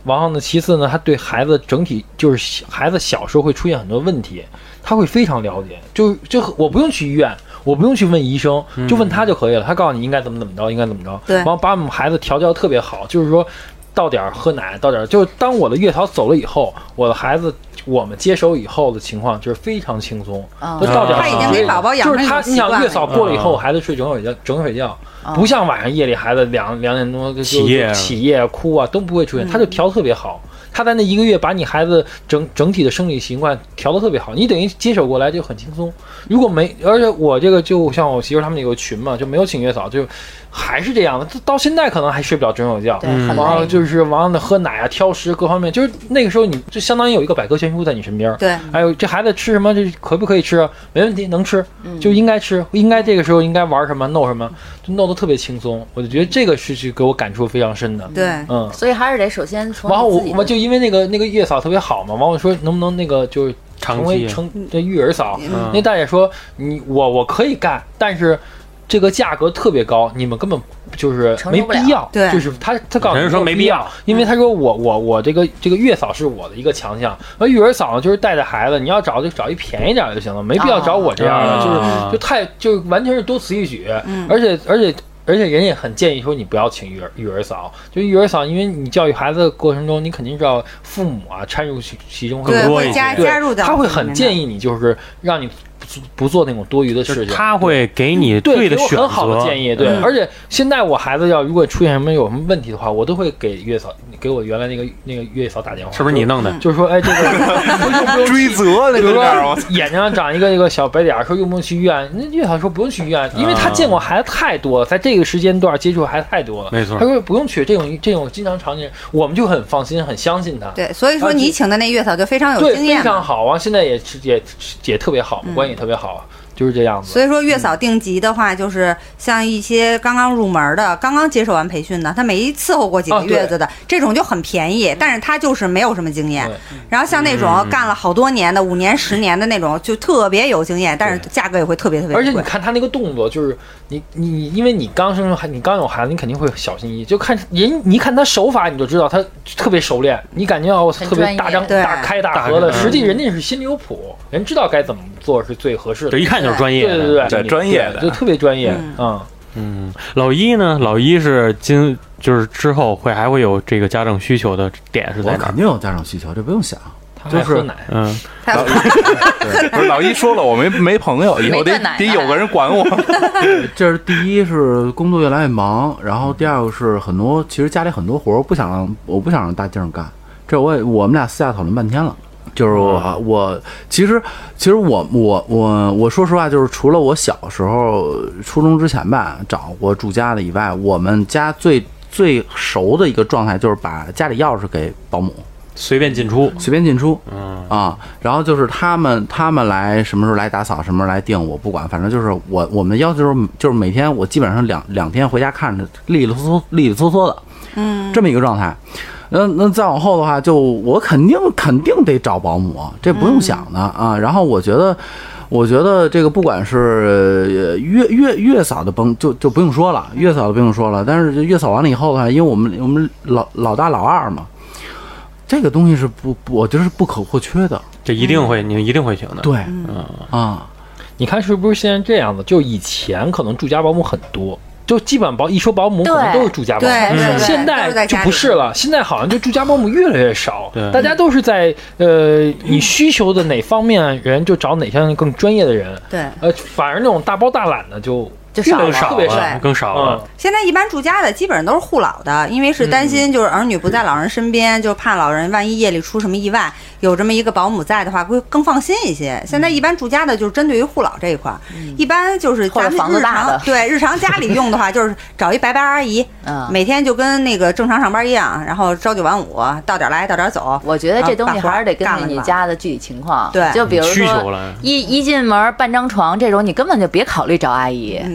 然后呢，其次呢，他对孩子整体就是孩子小时候会出现很多问题，他会非常了解，就我不用去医院，我不用去问医生，就问他就可以了，他告诉你应该怎么着，应该怎么着， 对， 然后把我们孩子调教特别好，就是说到点喝奶，到点就是当我的月嫂走了以后，我的孩子。我们接手以后的情况就是非常轻松，就到点他已经给宝宝养成就是他，你想月嫂过了以后，孩子睡整会觉，不像晚上夜里孩子2点多就起夜哭啊都不会出现，他就调特别好。他在那1个月把你孩子整体的生理习惯调得特别好，你等于接手过来就很轻松。如果没，而且我这个就像我媳妇他们有个群嘛，就没有请月嫂，就还是这样的，到现在可能还睡不了整宿觉。 然后就是完了喝奶啊、挑食各方面，就是那个时候你就相当于有一个百科全书在你身边。 对， 还有这孩子吃什么，这可不可以吃啊？没问题，能吃，就应该吃，应该这个时候应该玩什么弄什么，就弄得特别轻松。我就觉得这个是给我感触非常深的。 对， 所以还是得首先从然后我就因为那个月嫂特别好嘛，完我说能不能那个就是成为这育儿嫂，那大姐说我可以干，但是这个价格特别高，你们根本就是没必要。 对， 就是他告诉你说没必要， 因为他说我这个月嫂是我的一个强项，而育儿嫂呢就是带着孩子，你要找就找一便宜点就行了，没必要找我这样的，就完全是多此一举，而且人也很建议说你不要请育儿嫂，就育儿嫂，因为你教育孩子的过程中，你肯定知道父母啊掺入其中更多一些， 加入他会很建议你，就是让你不做那种多余的事情， 他会给你对的选择， 很好的建议。对，而且现在我孩子如果出现有什么问题的话，我都会给月嫂，给我原来那个月嫂打电话， 是不是你弄的？ 就是说，哎，这个追责那个， 眼睛上长一个小白点，说用不用去医院？那月嫂说不用去医院，因为他见过孩子太多了，在这个时间段接触孩子太多了， 没错。 他说不用去，这种经常常见，我们就很放心，很相信他。 对，所以说你请的那月嫂就非常有经验， 非常好啊，现在也特别好，关系也特别好。就是这样子。 所以说月嫂定级的话，就是像一些刚刚入门的、刚刚接受完培训的，他没伺候过几个月子的，这种就很便宜，但是他就是没有什么经验。然后像那种干了好多年的、5年、10年的那种，就特别有经验，但是价格也会特别贵。 而且你看他那个动作，就是你因为你刚生你刚有孩子，你肯定会小心翼翼，就看人，你看他手法你就知道他特别熟练，你感觉我特别大开大合的，实际人家是心里有谱，人知道该怎么做是最合适的。 这一看就是专业的， 对，专业的， 就特别专业。 老一呢？老一是就是之后还会有这个家长需求的点是在哪？ 肯定有家长需求，这不用想。 就是奶， 不是老一说了，我没朋友，以后得有个人管我。 这是第一是工作越来越忙，然后第二个是很多其实家里很多活我不想让大劲儿干，这我们俩私下讨论半天了。就是我其实我说实话，就是除了我小时候初中之前吧找过住家的以外，我们家最熟的一个状态就是把家里钥匙给保姆。 随便进出， 然后就是他们来什么时候来打扫，什么时候来定，我不管，反正就是我们的要求就是每天我基本上两天回家看着利利索索的，这么一个状态。那再往后的话，就我肯定得找保姆，这不用想的啊。然后我觉得这个不管是月嫂的就不用说了，月嫂的不用说了，但是月嫂完了以后的话，因为我们老大老二嘛。这个东西是我觉得是不可或缺的， 这你们一定会请的。 对， 你看是不是现在这样子？就以前可能住家保姆很多，就基本一说保姆可能都是住家保姆，现在就不是了。现在好像就住家保姆越来越少，大家都是在你需求的哪方面人就找哪项更专业的人。 对， 反而那种大包大揽的就少了， 特别少， 更少了。 现在一般住家的基本上都是护老的，因为是担心就是儿女不在老人身边，就怕老人万一夜里出什么意外，有这么一个保姆在的话，会更放心一些。现在一般住家的就是针对于护老这一块，一般就是咱们日常家里用的话，就是找一白阿姨，每天就跟那个正常上班一样，然后朝9晚5，到点来到点走。 我觉得这东西还是得根据你家的具体情况， 对， 就比如说一进门搬张床这种，你根本就别考虑找阿姨。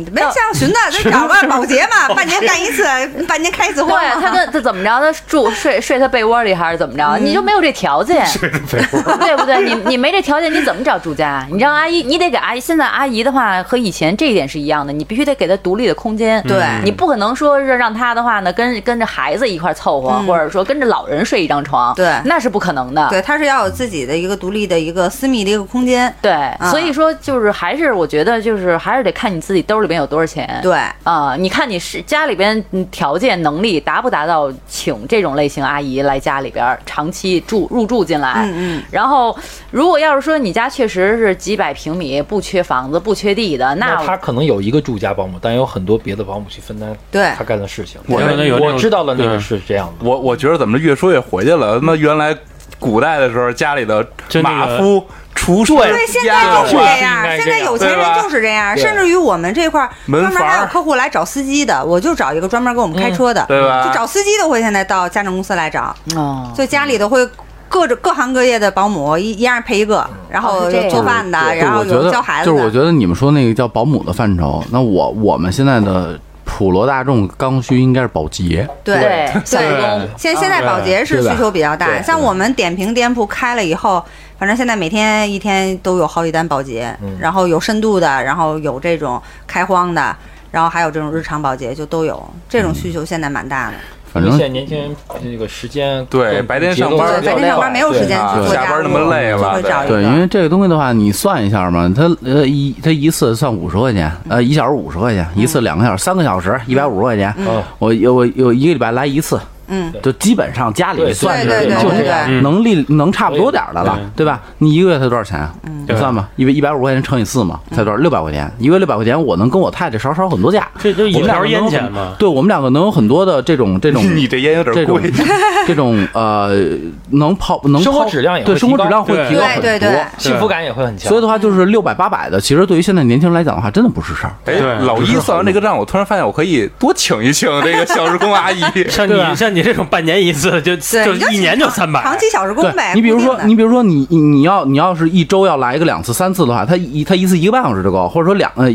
没像寻子，就找个保洁嘛，半年干一次，半年开一次荒。 对，他怎么着？他睡他被窝里还是怎么着？你就没有这条件，对不对？你没这条件，你怎么找住家？你让阿姨，你得给阿姨。现在阿姨的话和以前这一点是一样的，你必须得给她独立的空间。 对， 你不可能说是让她的话呢，跟着孩子一块凑合，或者说跟着老人睡一张床， 对， 那是不可能的。 对，她是要有自己的一个独立的一个私密的一个空间。 对，所以说就是还是我觉得就是还是得看你自己兜里边有多少钱。 对啊，你看你是家里边条件能力达不达到请这种类型阿姨来家里边长期入住进来。然后如果要是说你家确实是几百平米，不缺房子不缺地的，那他可能有一个住家保姆，但有很多别的保姆去分担他干的事情。我知道的那个是这样的。 我觉得怎么越说越回去了。那原来古代的时候家里的马夫厨师， 对，现在就是这样，现在有钱人就是这样，甚至于我们这块专门还有客户来找司机的，我就找一个专门给我们开车的， 对吧？ 就找司机都会现在到家政公司来找，就家里的会各行各业的保姆一样配一个，然后有做饭的，然后有教孩子的。 就是我觉得你们说那个叫保姆的范畴，那我们现在的普罗大众刚需应该是保洁。 对，现在保洁是需求比较大，像我们点评店铺开了以后，反正现在每天一天都有好几单保洁，然后有深度的，然后有这种开荒的，然后还有这种日常保洁，就都有这种需求，现在蛮大的。 反正现在年轻人这个时间对白天上班没有时间去做下班那么累了， 对，因为这个东西的话，你算一下嘛，他一次算50块钱，1小时50块钱，一次2个小时，3个小时150块钱，我有一个礼拜来一次。就基本上家里算是就这样，能差不多点的了，对吧？你一个月才多少钱啊？你算吧，150块钱乘以4嘛，才多少？600块钱，一个月600块钱，我能跟我太太少很多假。 这就一条烟钱嘛。对， 我们两个能有很多的这种， 你这烟有点贵。 这种能生活质量也对生活质量会提高很多， 幸福感也会很强。 所以的话，就是600、800的，其实对于现在年轻人来讲的话，真的不是事儿。 哎，老一算完这个账，我突然发现我可以多请一请这个小时工阿姨， 像你这种半年一次，就1年就300， 长期小时工呗。 你比如说你要是一周要来个2次3次的话，他一次1个半小时就够，或者说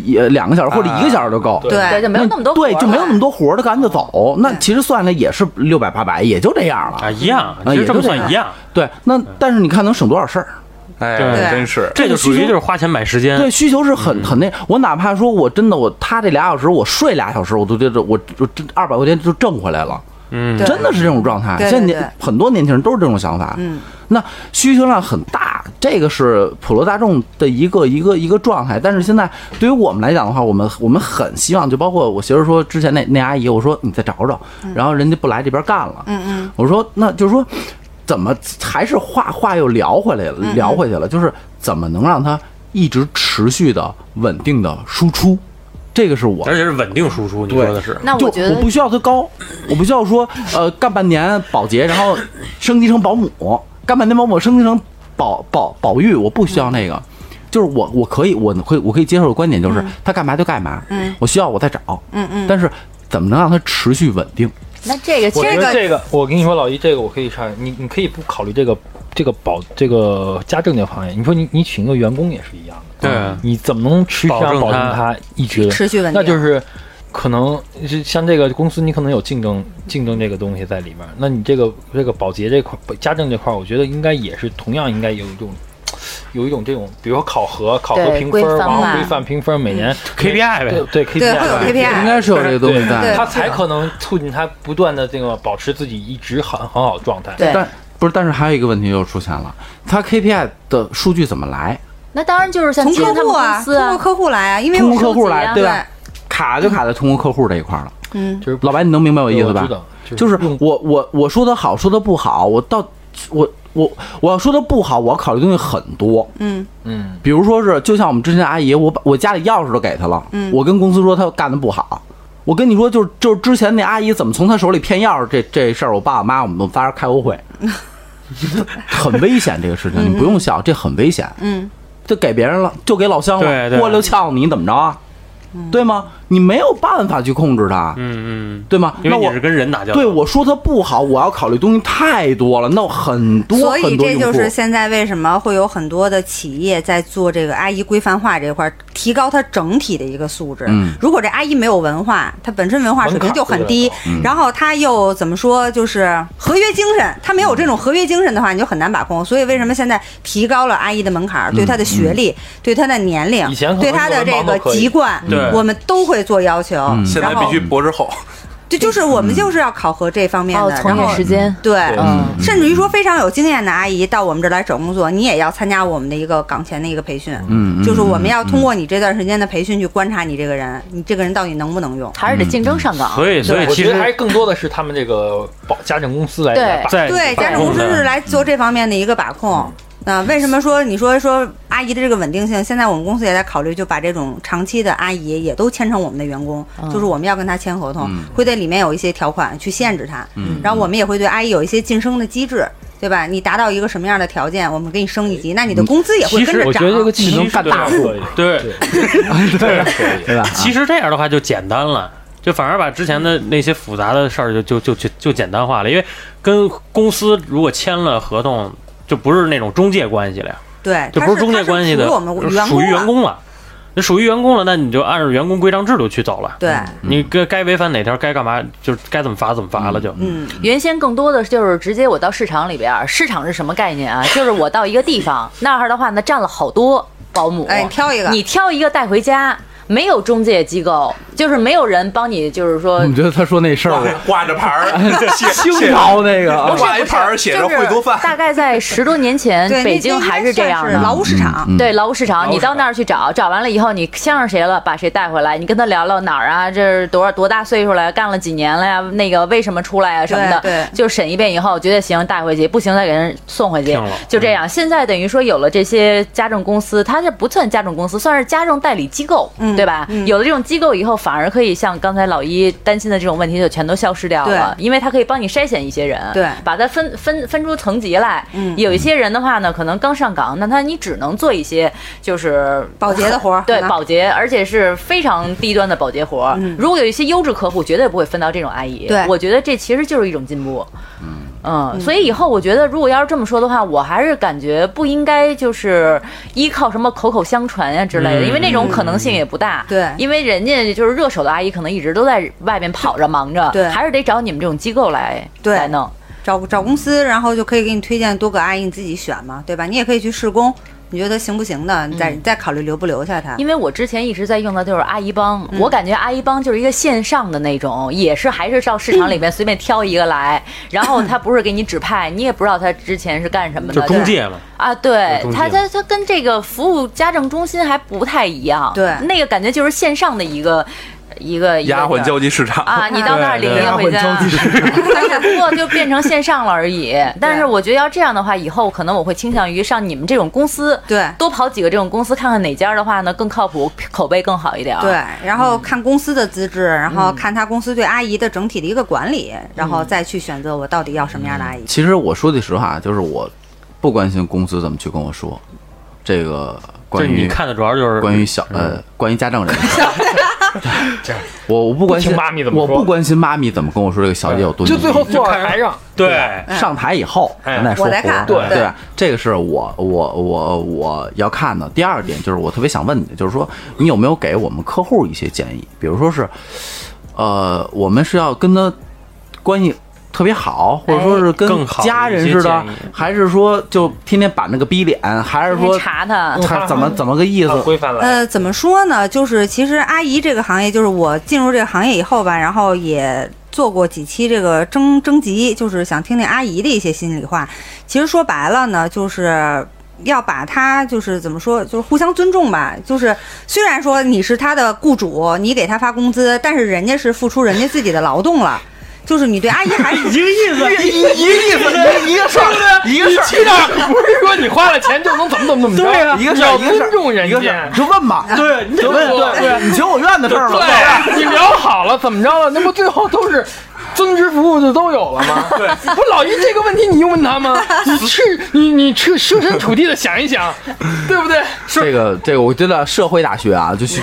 2个小时或者1个小时就够。 对，就没有那么多对，就没有那么多活儿，他赶紧就走。那其实算来也是600、800，也就这样了啊，一样，其实这么算一样。 对，那但是你看能省多少事儿？ 哎，真是， 这就属于就是花钱买时间。 对，需求是很那，我哪怕说我真的他这2小时我睡2小时，我都觉得我200块钱就挣回来了。真的是这种状态。现在很多年轻人都是这种想法。那需求量很大，这个是普罗大众的一个状态。但是现在对于我们来讲的话，我们很希望，就包括我媳妇说之前那阿姨，我说你再找找，然后人家不来这边干了。我说那就是说怎么还是话又聊回去了，就是怎么能让它一直持续的稳定的输出。这个是我， 而且是稳定输出。你说的是， 那我觉得我不需要它高，我不需要说干半年保洁，然后升级成保姆，干半年保姆升级成保育，我不需要那个。就是我可以接受的观点就是他干嘛就干嘛，我需要我再找，但是怎么能让它持续稳定？ 那这个我跟你说，老一，这个我可以插，你可以不考虑这个家政这个行业。你说你请一个员工也是一样的。 对， 你怎么能持续保证它一直持续稳定？ 那就是可能像这个公司，你可能有竞争这个东西在里面。那你这个保洁这块、家政这块，我觉得应该也是同样应该有一种这种，比如说考核评分，规范评分，每年 KPI 呗， 对 KPI 应该是有这个东西在， 它才可能促进它不断的这个保持自己一直很好的状态。 对， 但是还有一个问题又出现了，它 KPI 的数据怎么来？ 那当然就是像从客户啊，通过客户来啊，因为通过客户来，对吧？卡就卡在通过客户这一块了。 就是老白，你能明白我意思吧？就是我说的好，说的不好，我要说的不好，我要考虑的东西很多。比如说是，就像我们之前阿姨，我家里钥匙都给她了，我跟公司说她干的不好。我跟你说，就是之前那阿姨怎么从她手里骗钥匙这事儿，我爸我妈我们仨人开过会，很危险这个事情，你不用笑，这很危险。就给别人了，就给老乡了，过溜呛你怎么着啊？对吗？ 你没有办法去控制它，对吗？ 因为你是跟人打交道。 对，我说它不好，我要考虑东西太多了，那很多所以很多用户。 这就是现在为什么会有很多的企业在做这个阿姨规范化这块，提高它整体的一个素质。如果这阿姨没有文化，她本身文化水平就很低，然后她又怎么说，就是合约精神，她没有这种合约精神的话，你就很难把控。所以为什么现在提高了阿姨的门槛，对她的学历，对她的年龄，对她的这个籍贯，我们都会做要求。 现在必须博士后。 对，就是我们就是要考核这方面的从业时间。 对，甚至于说非常有经验的阿姨到我们这儿来找工作，你也要参加我们的一个岗前的一个培训。就是我们要通过你这段时间的培训去观察你这个人，你这个人到底能不能用， 还是得竞争上岗。 所以其实还更多的是他们这个家政公司来对家政公司是来做这方面的一个把控。为什么说你说阿姨的这个稳定性？现在我们公司也在考虑，就把这种长期的阿姨也都签成我们的员工，就是我们要跟她签合同，会在里面有一些条款去限制她。然后我们也会对阿姨有一些晋升的机制，对吧？你达到一个什么样的条件，我们给你升一级，那你的工资也会跟着涨。 我觉得这个技能干大了， 对对吧？ 其实这样的话就简单了。就反而把之前的那些复杂的事儿就简单化了，因为跟公司如果签了合同，就不是那种中介关系了呀。 对， 就不是中介关系的，属于员工了。那属于员工了，那你就按照员工规章制度去走了。 对， 你该违反哪条，该干嘛，就是该怎么罚怎么罚了就。 原先更多的就是直接我到市场里边，市场是什么概念啊？就是我到一个地方那儿的话呢，站了好多保姆，你挑一个带回家。没有中介机构，就是没有人帮你，就是说， 你觉得他说那事儿挂着牌儿， 清朝那个挂一牌儿写着会做饭。 大概在10多年前，北京还是这样的。 劳务市场， 对劳务市场，你到那儿去找完了以后，你相上谁了，把谁带回来，你跟他聊聊哪儿啊，这是多大岁数了，干了几年了呀，那个为什么出来啊什么的， 对， 就审一遍以后，觉得行带回去，不行再给人送回去，就这样。现在等于说有了这些家政公司，它这不算家政公司，算是家政代理机构，对吧？有了这种机构以后，反而可以像刚才老一担心的这种问题就全都消失掉了，因为它可以帮你筛选一些人， 对， 把它分出层级来。有一些人的话呢，可能刚上岗，那你只能做一些就是保洁的活， 对，保洁，而且是非常低端的保洁活。如果有一些优质客户，绝对不会分到这种阿姨。 对， 我觉得这其实就是一种进步。所以以后我觉得，如果要是这么说的话，我还是感觉不应该就是依靠什么口口相传呀之类的，因为那种可能性也不大。 对， 因为人家就是热手的阿姨，可能一直都在外面跑着忙着， 对， 还是得找你们这种机构来弄。 找公司，然后就可以给你推荐多个阿姨，你自己选嘛，对吧？你也可以去试工。你觉得行不行的？你再考虑留不留下它。 因为我之前一直在用的就是阿姨帮，我感觉阿姨帮就是一个线上的那种，也是还是到市场里面随便挑一个来，然后他不是给你指派，你也不知道他之前是干什么的， 就中介嘛。 啊，对，他跟这个服务家政中心还不太一样， 对， 那个感觉就是线上的一个丫鬟交际市场啊，你到那儿领一个回家，但是不过就变成线上了而已。但是我觉得要这样的话，以后可能我会倾向于上你们这种公司， 对， 多跑几个这种公司，看看哪家的话呢更靠谱，口碑更好一点。 对，然后看公司的资质，然后看他公司对阿姨的整体的一个管理，然后再去选择我到底要什么样的阿姨。 其实我说句实话，就是我不关心公司怎么去跟我说这个。关于你看的主要就是关于关于家政这个，我不关心妈咪怎么说， 我不关心妈咪怎么跟我说这个小姐有多牛逼， 就最后坐在台上， 对， 上台以后咱再说。对，这个是我要看的。第二点就是我特别想问你，就是说你有没有给我们客户一些建议？比如说是，我们是要跟他关系特别好，或者说是跟家人似的，还是说就天天板那个逼脸，还是说查他怎么个意思？ 规范了。 怎么说呢？就是其实阿姨这个行业，就是我进入这个行业以后吧，然后也做过几期这个征集，就是想听听阿姨的一些心里话。其实说白了呢，就是要把他就是怎么说，就是互相尊重吧。就是虽然说你是他的雇主，你给他发工资，但是人家是付出人家自己的劳动了。就是你对阿姨还是一个意思， 一个事儿，一个事儿。 去那儿不是说你花了钱就能怎么着？ 对呀，一个事儿， 尊重人家， 你就问嘛。 对，你得问， 对，你情我愿的事儿嘛。 对，你聊好了怎么着了？那不最后都是增值服务就都有了吗？对，不是老于这个问题你用问他吗？你设身处地的想一想，对不对？ 这个，我觉得社会大学啊，就是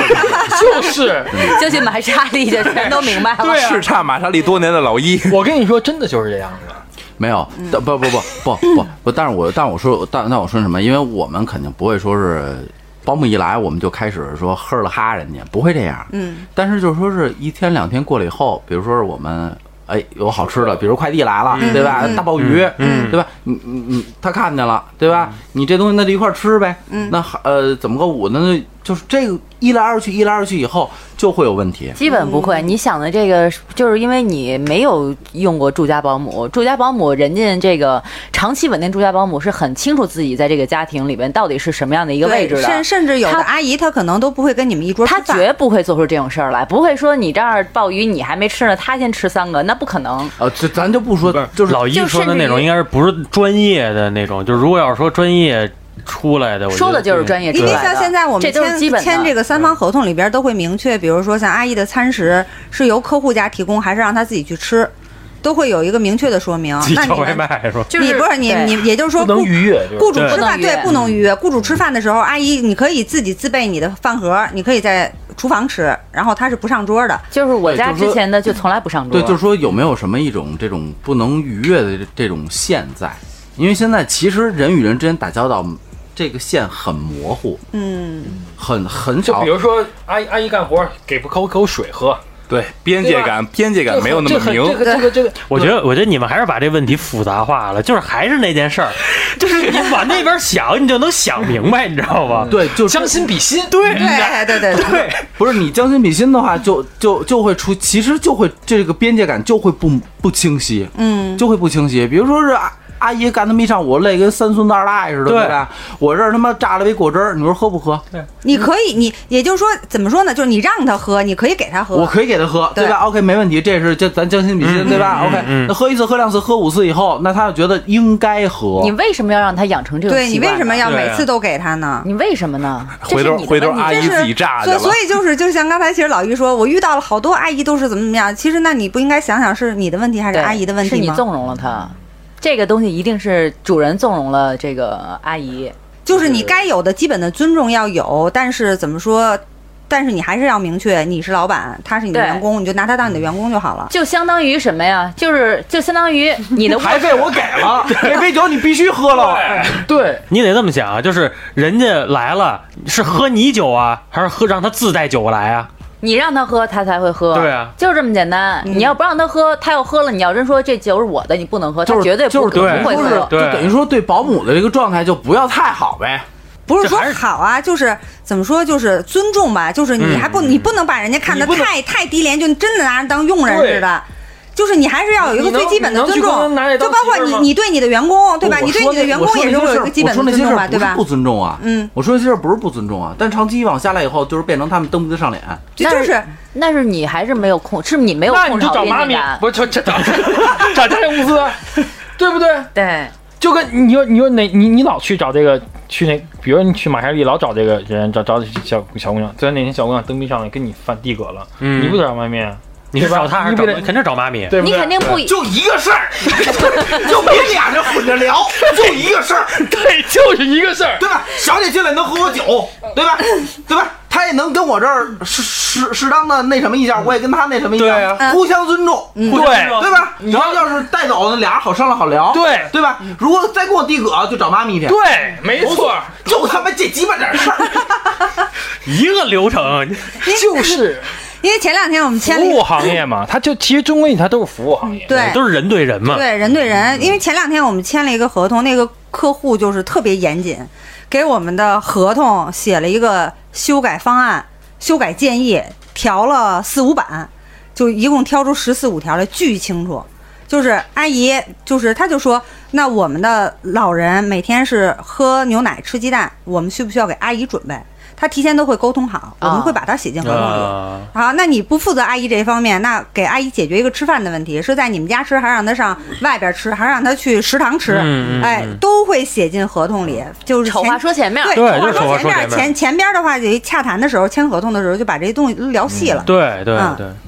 就去玛莎丽的全都明白了。 对啊， 叱咤玛莎丽多年的老一， 我跟你说，真的就是这样的。 没有，不，但我说什么？因为我们肯定不会说是保姆一来我们就开始说呵了哈人家，不会这样。但是就是说是一天两天过了以后，比如说是我们有好吃的，比如快递来了，对吧？大鲍鱼，对吧？你他看见了，对吧？你这东西那就一块吃呗。那怎么个舞呢？那就是这个一来二去以后就会有问题。 基本不会，你想的这个就是因为你没有用过住家保姆，住家保姆人家这个长期稳定住家保姆是很清楚自己在这个家庭里边到底是什么样的一个位置的， 甚至有的阿姨她可能都不会跟你们一桌吃饭， 她绝不会做出这种事儿来，不会说你这儿鲍鱼你还没吃呢，她先吃3个，那不可能。 这咱就不说，就是老一说的那种，应该是不是专业的那种？就如果要是说专业出来的， 说的就是专业出来的。 因为像现在我们签这个3方合同里边都会明确，比如说像阿姨的餐食是由客户家提供，还是让她自己去吃，都会有一个明确的说明。 那叫外卖是吧？ 你不是你，也就是说不能逾越， 雇主吃饭对不能逾越。雇主吃饭的时候，阿姨你可以自己自备你的饭盒，你可以在厨房吃，然后他是不上桌的。 就是我家之前的就从来不上桌。 对，就是说有没有什么一种这种不能逾越的这种线在？因为现在其实人与人之间打交道，这个线很模糊，很少。 就比如说阿姨干活给不口水喝。 对，边界感没有那么明。 这个， 我觉得你们还是把这问题复杂化了，就是还是那件事儿，就是你往那边想，你就能想明白，你知道吗？ 对，就将心比心。 对， 不是你将心比心的话，就会出，其实就会这个边界感就会不清晰，就会不清晰。比如说是阿姨干那么一上午，累跟三孙子二大爷似的，对吧？我这儿他妈榨了杯果汁儿，你说喝不喝？ 对， 你可以，你也就是说，怎么说呢？就是你让他喝，你可以给他喝， 我可以给他喝，对吧 ？OK， 没问题，这是咱将心比心，对吧 ？OK， 那喝1次、喝2次、喝5次以后，那他就觉得应该喝。 你为什么要让他养成这种习惯？ 对你为什么要每次都给他呢？ 你为什么呢？ 回头阿姨自己榨去了。 所以就像刚才其实老于说，我遇到了好多阿姨都是怎么样。其实那你不应该想想是你的问题还是阿姨的问题吗？ 是你纵容了他。这个东西一定是主人纵容了这个阿姨， 就是你该有的基本的尊重要有，但是怎么说？但是你还是要明确，你是老板，他是你的员工，你就拿他当你的员工就好了。 就相当于什么呀？就相当于你的牌费我给了，这杯酒你必须喝了。 对， 你得这么想啊，就是人家来了是喝你酒啊，还是让他自带酒来啊？ 你让他喝，他才会喝。 对啊， 就是这么简单。你要不让他喝，他要喝了，你要真说这酒是我的，你不能喝，他绝对不会喝。 就等于说对保姆的这个状态就不要太好呗。 不是说好啊，就是怎么说，就是尊重吧，就是你还你不能把人家看得太低廉，就真的拿人当佣人似的。就是你还是要有一个最基本的尊重，就包括你对你的员工，对吧？你对你的员工也是有一个基本的尊重吧，对吧？ 不尊重啊，我说这些事不是不尊重啊，但长期以往下来以后，就是变成他们蹬不得上脸。 那是你还是没有控，是你没有控制好边界感。 不是找家庭公司，对不对？ 对， 就跟你说你老去找这个去那，比如你去玛莎丽老找这个人找小姑娘，虽然那天小姑娘登逼上来跟你翻递葛了，你不得找外面？ 你是找他还是肯定找妈咪？ 你肯定不就一个事儿，就别俩人混着聊，就一个事儿， 对，就是一个事儿， 对吧？小姐进来能喝我酒，对吧？对吧？他也能跟我这儿适当的那什么一下，我也跟他那什么一下，互相尊重，对吧？然后要是带走，那俩人好商量好聊，对吧？如果再给我递葛，就找妈咪去， 对，没错， 就他妈这鸡巴点事儿， 一个流程， 就是。 因为前2天我们签了服务行业嘛，它就其实终归它都是服务行业， 对， 都是人对人嘛， 对，人对人。因为前2天我们签了一个合同，那个客户就是特别严谨，给我们的合同写了一个修改方案、修改建议，调了4、5版，就一共挑出14、15条来，巨清楚。就是阿姨，就是他就说，那我们的老人每天是喝牛奶、吃鸡蛋，我们需不需要给阿姨准备？他提前都会沟通好，我们会把它写进合同里。好，那你不负责阿姨这一方面，那给阿姨解决一个吃饭的问题，是在你们家吃，还是让她上外边吃，还是让她去食堂吃？哎，都会写进合同里。就是丑话说前面， 对，丑话说前面。前边的话，就洽谈的时候、签合同的时候，就把这些东西都聊细了。 对。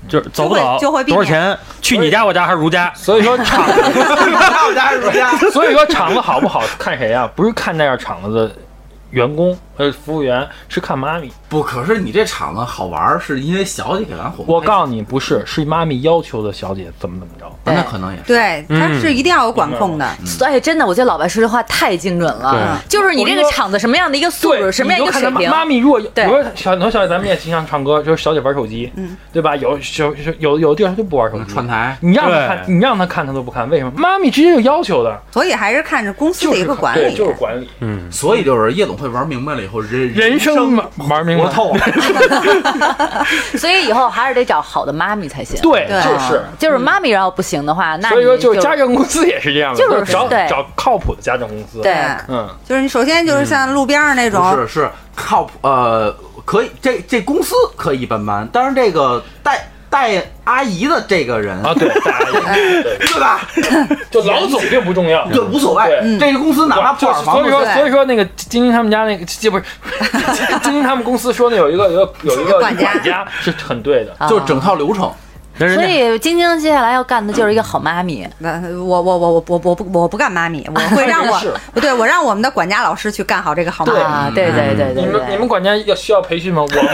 就是走不走， 就会避免多少钱，去你家我家还是如家？ 所以说厂子， 我家是如家。 所以说厂子好不好看谁啊？不是看那样厂子的员工服务员，是看妈咪。 不，可是你这场子好玩，是因为小姐给咱哄。 我告诉你，不是，是妈咪要求的小姐怎么着。 那可能也是。 对，它是一定要有管控的。 哎，真的，我觉得老白说这话太精准了。就是你这个场子什么样的一个素质，什么样一个水平。 妈咪如果比如说小姐，咱们也经常唱歌，就是小姐玩手机，对吧？有地儿她就不玩手机， 串台。 你让她看她都不看，为什么？妈咪直接有要求的。 所以还是看着公司的一个管理， 就是管理。 所以就是夜总会玩明白了以后， 人生玩明白透了。 所以以后还是得找好的妈咪才行。 对， 就是妈咪要不行的话，那所以说就是家政公司也是这样的， 就是找靠谱的家政公司。 对， 就是你首先就是像路边上那种， 是靠谱，可以，这公司可以一般般，但是这个带阿姨的这个人啊，对，带阿姨， 对吧？ 就老总并不重要， 对，无所谓。这个公司哪怕破耳房， 所以说那个晶晶他们家那个，不是晶晶他们公司说那有一个管家是很对的， 就是整套流程。 所以晶晶接下来要干的就是一个好妈咪。 我不干妈咪，我会让我让我们的管家老师去干好这个好妈咪。 对。 你们管家需要培训吗？虽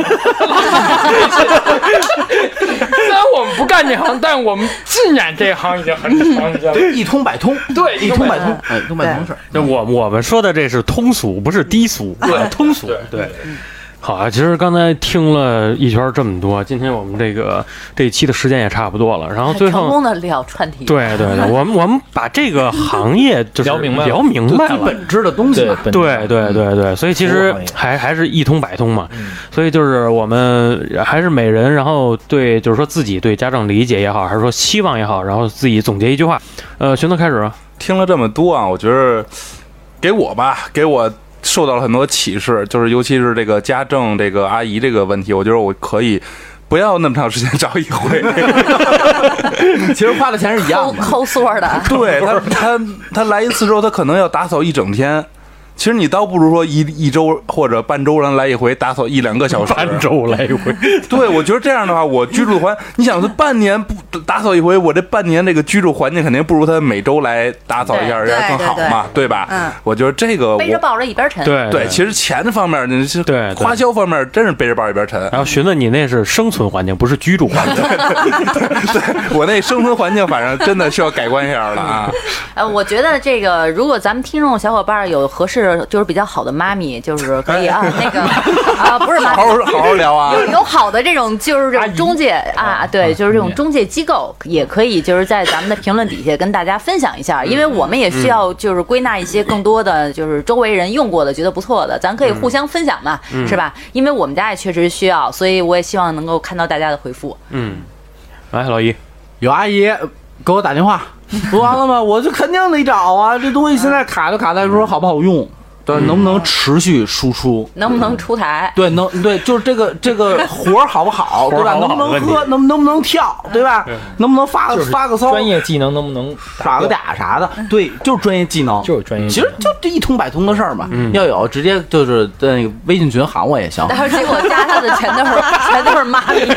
然我们不干这行，但我们浸染这行已经很长时间了， 一通百通。 对， 一通百通，哎，一通百通事。 那我们说的这是通俗，不是低俗， 对， 通俗，对。好啊，其实刚才听了一圈这么多，今天我们这一期的时间也差不多了，然后最后成功的聊串题。 对，我们把这个行业就是聊明白了， 最本质的东西嘛。 对，所以其实还是一通百通嘛。所以就是我们还是每人，然后对，就是说自己对家政理解也好，还是说期望也好，然后自己总结一句话。寻子开始。 听了这么多啊，我觉得给我受到了很多启示，就是尤其是这个家政这个阿姨这个问题，我觉得我可以不要那么长时间找一回。 其实花的钱是一样的， 抠缩的。 对，他来一次之后，他可能要打扫一整天。其实你倒不如说一周或者半周来一回，打扫1-2个小时。 半周来一回， 对，我觉得这样的话，我居住环，你想他半年不打扫一回，我这半年这个居住环境肯定不如他每周来打扫一下要更好嘛，对吧？我觉得这个背着抱着一边沉。 对，其实钱方面，你是对花销方面真是背着抱一边沉。 然后询问你那是生存环境，不是居住环境。 对，我那生存环境反正真的需要改观一下了啊。 我觉得这个如果咱们听众小伙伴有合适。就是比较好的妈咪，就是可以那个不是妈咪， 好好聊啊。 有好的这种就是这种中介啊，对，就是这种中介机构也可以，就是在咱们的评论底下跟大家分享一下，因为我们也需要就是归纳一些更多的就是周围人用过的觉得不错的，咱可以互相分享嘛，是吧？因为我们家也确实需要，所以我也希望能够看到大家的回复。 来，老一， 有阿姨给我打电话，说完了吗？我就肯定得找啊，这东西现在卡就卡在说好不好用。对，能不能持续输出？ 能不能出台？ 对，对，就是这个活好不好，对吧？能不能喝？能不能跳？对吧？能不能发个骚？ 专业技能能不能耍个嗲啥的？对，就是专业技能， 就是专业。 其实就这一通百通的事儿嘛。要有直接就是在那个微信群喊我也行。 但是结果加他的全都是妈咪。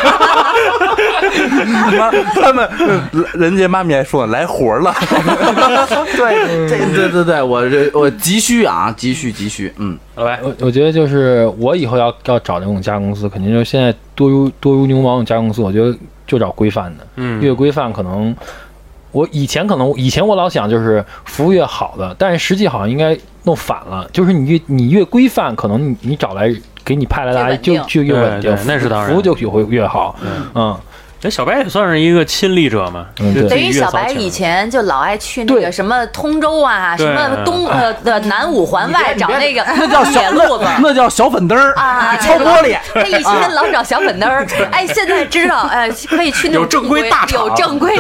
他们人家妈咪还说来活了。 对，我急需啊。急需， 好呗。 我觉得就是我以后要找那种家公司，肯定就是现在多如牛毛那种家公司，我觉得就找规范的，越规范可能。以前我老想就是服务越好的，但是实际好像应该弄反了，就是你越规范，可能你找来给你派来的阿姨就越稳定， 那是当然， 服务就会越好， 那小白也算是一个亲历者嘛， 等于小白以前就老爱去那个什么通州啊，什么的南五环外找那个那叫小路子， 那叫小粉灯啊， 敲玻璃。 他以前老找小粉灯，哎，现在知道，可以去那种有正规大厂，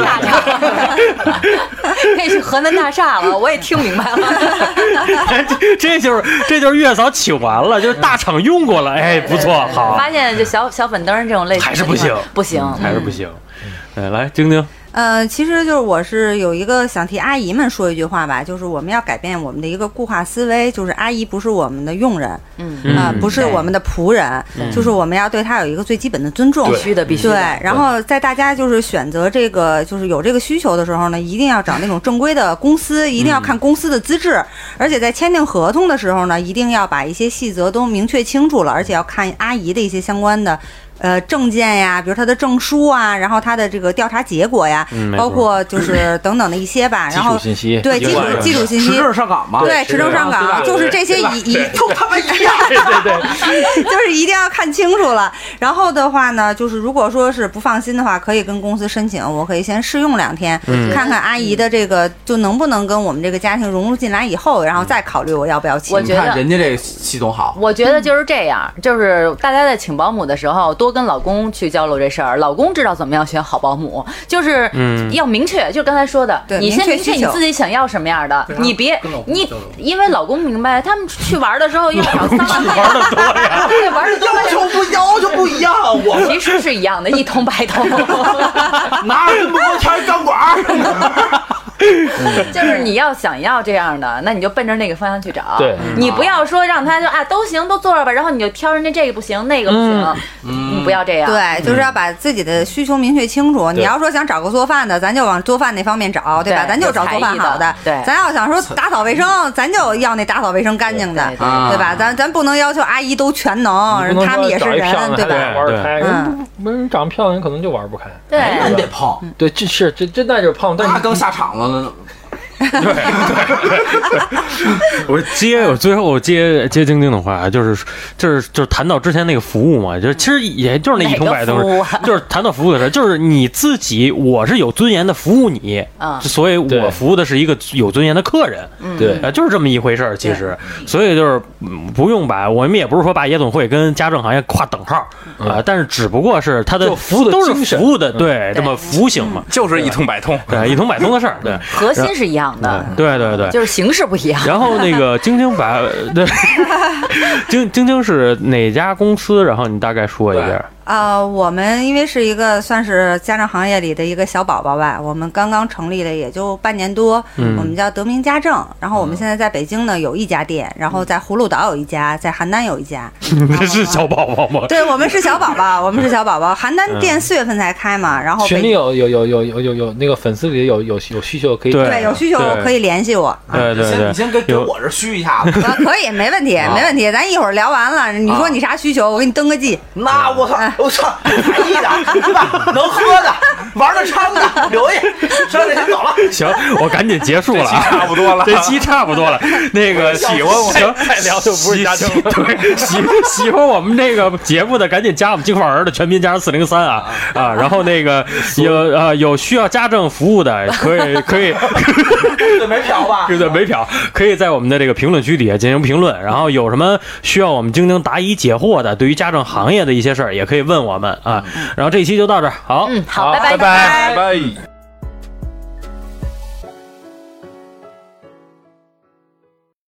可以去河南大厦了。我也听明白了， 这就是月嫂请完了，就是大厂用过了，哎，不错，好。 发现就小粉灯这种类型还是不行， 不行， 还是不行。来，晶晶。 其实就是我是有一个想替阿姨们说一句话吧，就是我们要改变我们的一个固化思维，就是阿姨不是我们的佣人，不是我们的仆人，就是我们要对她有一个最基本的尊重， 必须的。 对，然后在大家就是选择这个就是有这个需求的时候呢，一定要找那种正规的公司，一定要看公司的资质，而且在签订合同的时候呢，一定要把一些细则都明确清楚了，而且要看阿姨的一些相关的证件呀，比如他的证书啊，然后他的这个调查结果呀，包括就是等等的一些吧，然后基础信息， 对基础信息， 持证上岗嘛， 对，持证上岗，就是这些都他妈一样， 对，就是一定要看清楚了。然后的话呢，就是如果说是不放心的话，可以跟公司申请，我可以先试用2天，看看阿姨的这个就能不能跟我们这个家庭融入进来以后，然后再考虑我要不要请。 我觉得人家这个系统好， 我觉得就是这样，就是大家在请保姆的时候多跟老公去交流这事儿，老公知道怎么样选好保姆，就是要明确，就刚才说的，你先明确你自己想要什么样的，你别因为老公明白他们去玩的时候要找3万块，玩的多呀，对，玩的多， 要求不一样，我其实是一样的，一通百通， 哪有那么多钱钢管？ 就是你要想要这样的，那你就奔着那个方向去找。 对， 你不要说让他就都行，都做了吧，然后你就挑人家这个不行，那个不行，你不要这样。 对，就是要把自己的需求明确清楚。你要说想找个做饭的，咱就往做饭那方面找，对吧？咱就找做饭好的。 对， 咱要想说打扫卫生，咱就要那打扫卫生干净的，对吧？咱不能要求阿姨都全能，他们也是人，对吧？ 玩得开，人长得漂亮，人可能就玩不开。 对， 人得胖， 对，这真的就是胖，但是他刚下场了呢。 对，我最后接晶晶的话，就是谈到之前那个服务嘛，就是其实也就是那一通百通，就是谈到服务的事儿，就是你自己，我是有尊严的服务你，所以我服务的是一个有尊严的客人， 对， 就是这么一回事儿，其实，所以就是不用把我们也不是说把夜总会跟家政行业划等号但是只不过是它的服务的都是服务的，对，这么服务型嘛， 就是一通百通， 对，一通百通的事儿，对， 核心是一样。 对， 就是形式不一样。 然后那个晶晶把对，晶晶是哪家公司？然后你大概说一下。 我们因为是一个算是家政行业里的一个小宝宝吧，我们刚刚成立了也就半年多，我们叫德明家政。然后我们现在在北京呢有1家店，然后在葫芦岛有1家，在邯郸有1家。 这是小宝宝吗？ 对，我们是小宝宝，我们是小宝宝。邯郸店4月份才开嘛，然后群里有那个粉丝里有需求可以对有需求可以联系我。 对， 你先给我这虚一下子。 可以，没问题，没问题。咱一会儿聊完了，你说你啥需求，我给你登个记。 那我操！我操，有才艺的，对吧？能喝的，玩的唱的，留下，剩下先走了。 行，我赶紧结束了， 差不多了， 这期差不多了。那个喜欢我再聊就不是家政了。 对，喜欢我们这个节目的，赶紧加我们金块儿的全拼加上403啊！然后那个有需要家政服务的，可以， 对，没嫖吧？ 对，没嫖，可以在我们的这个评论区底下进行评论。然后有什么需要我们晶晶答疑解惑的，对于家政行业的一些事儿，也可以问我们啊。然后这一期就到这儿，好， 好，拜拜。 拜拜。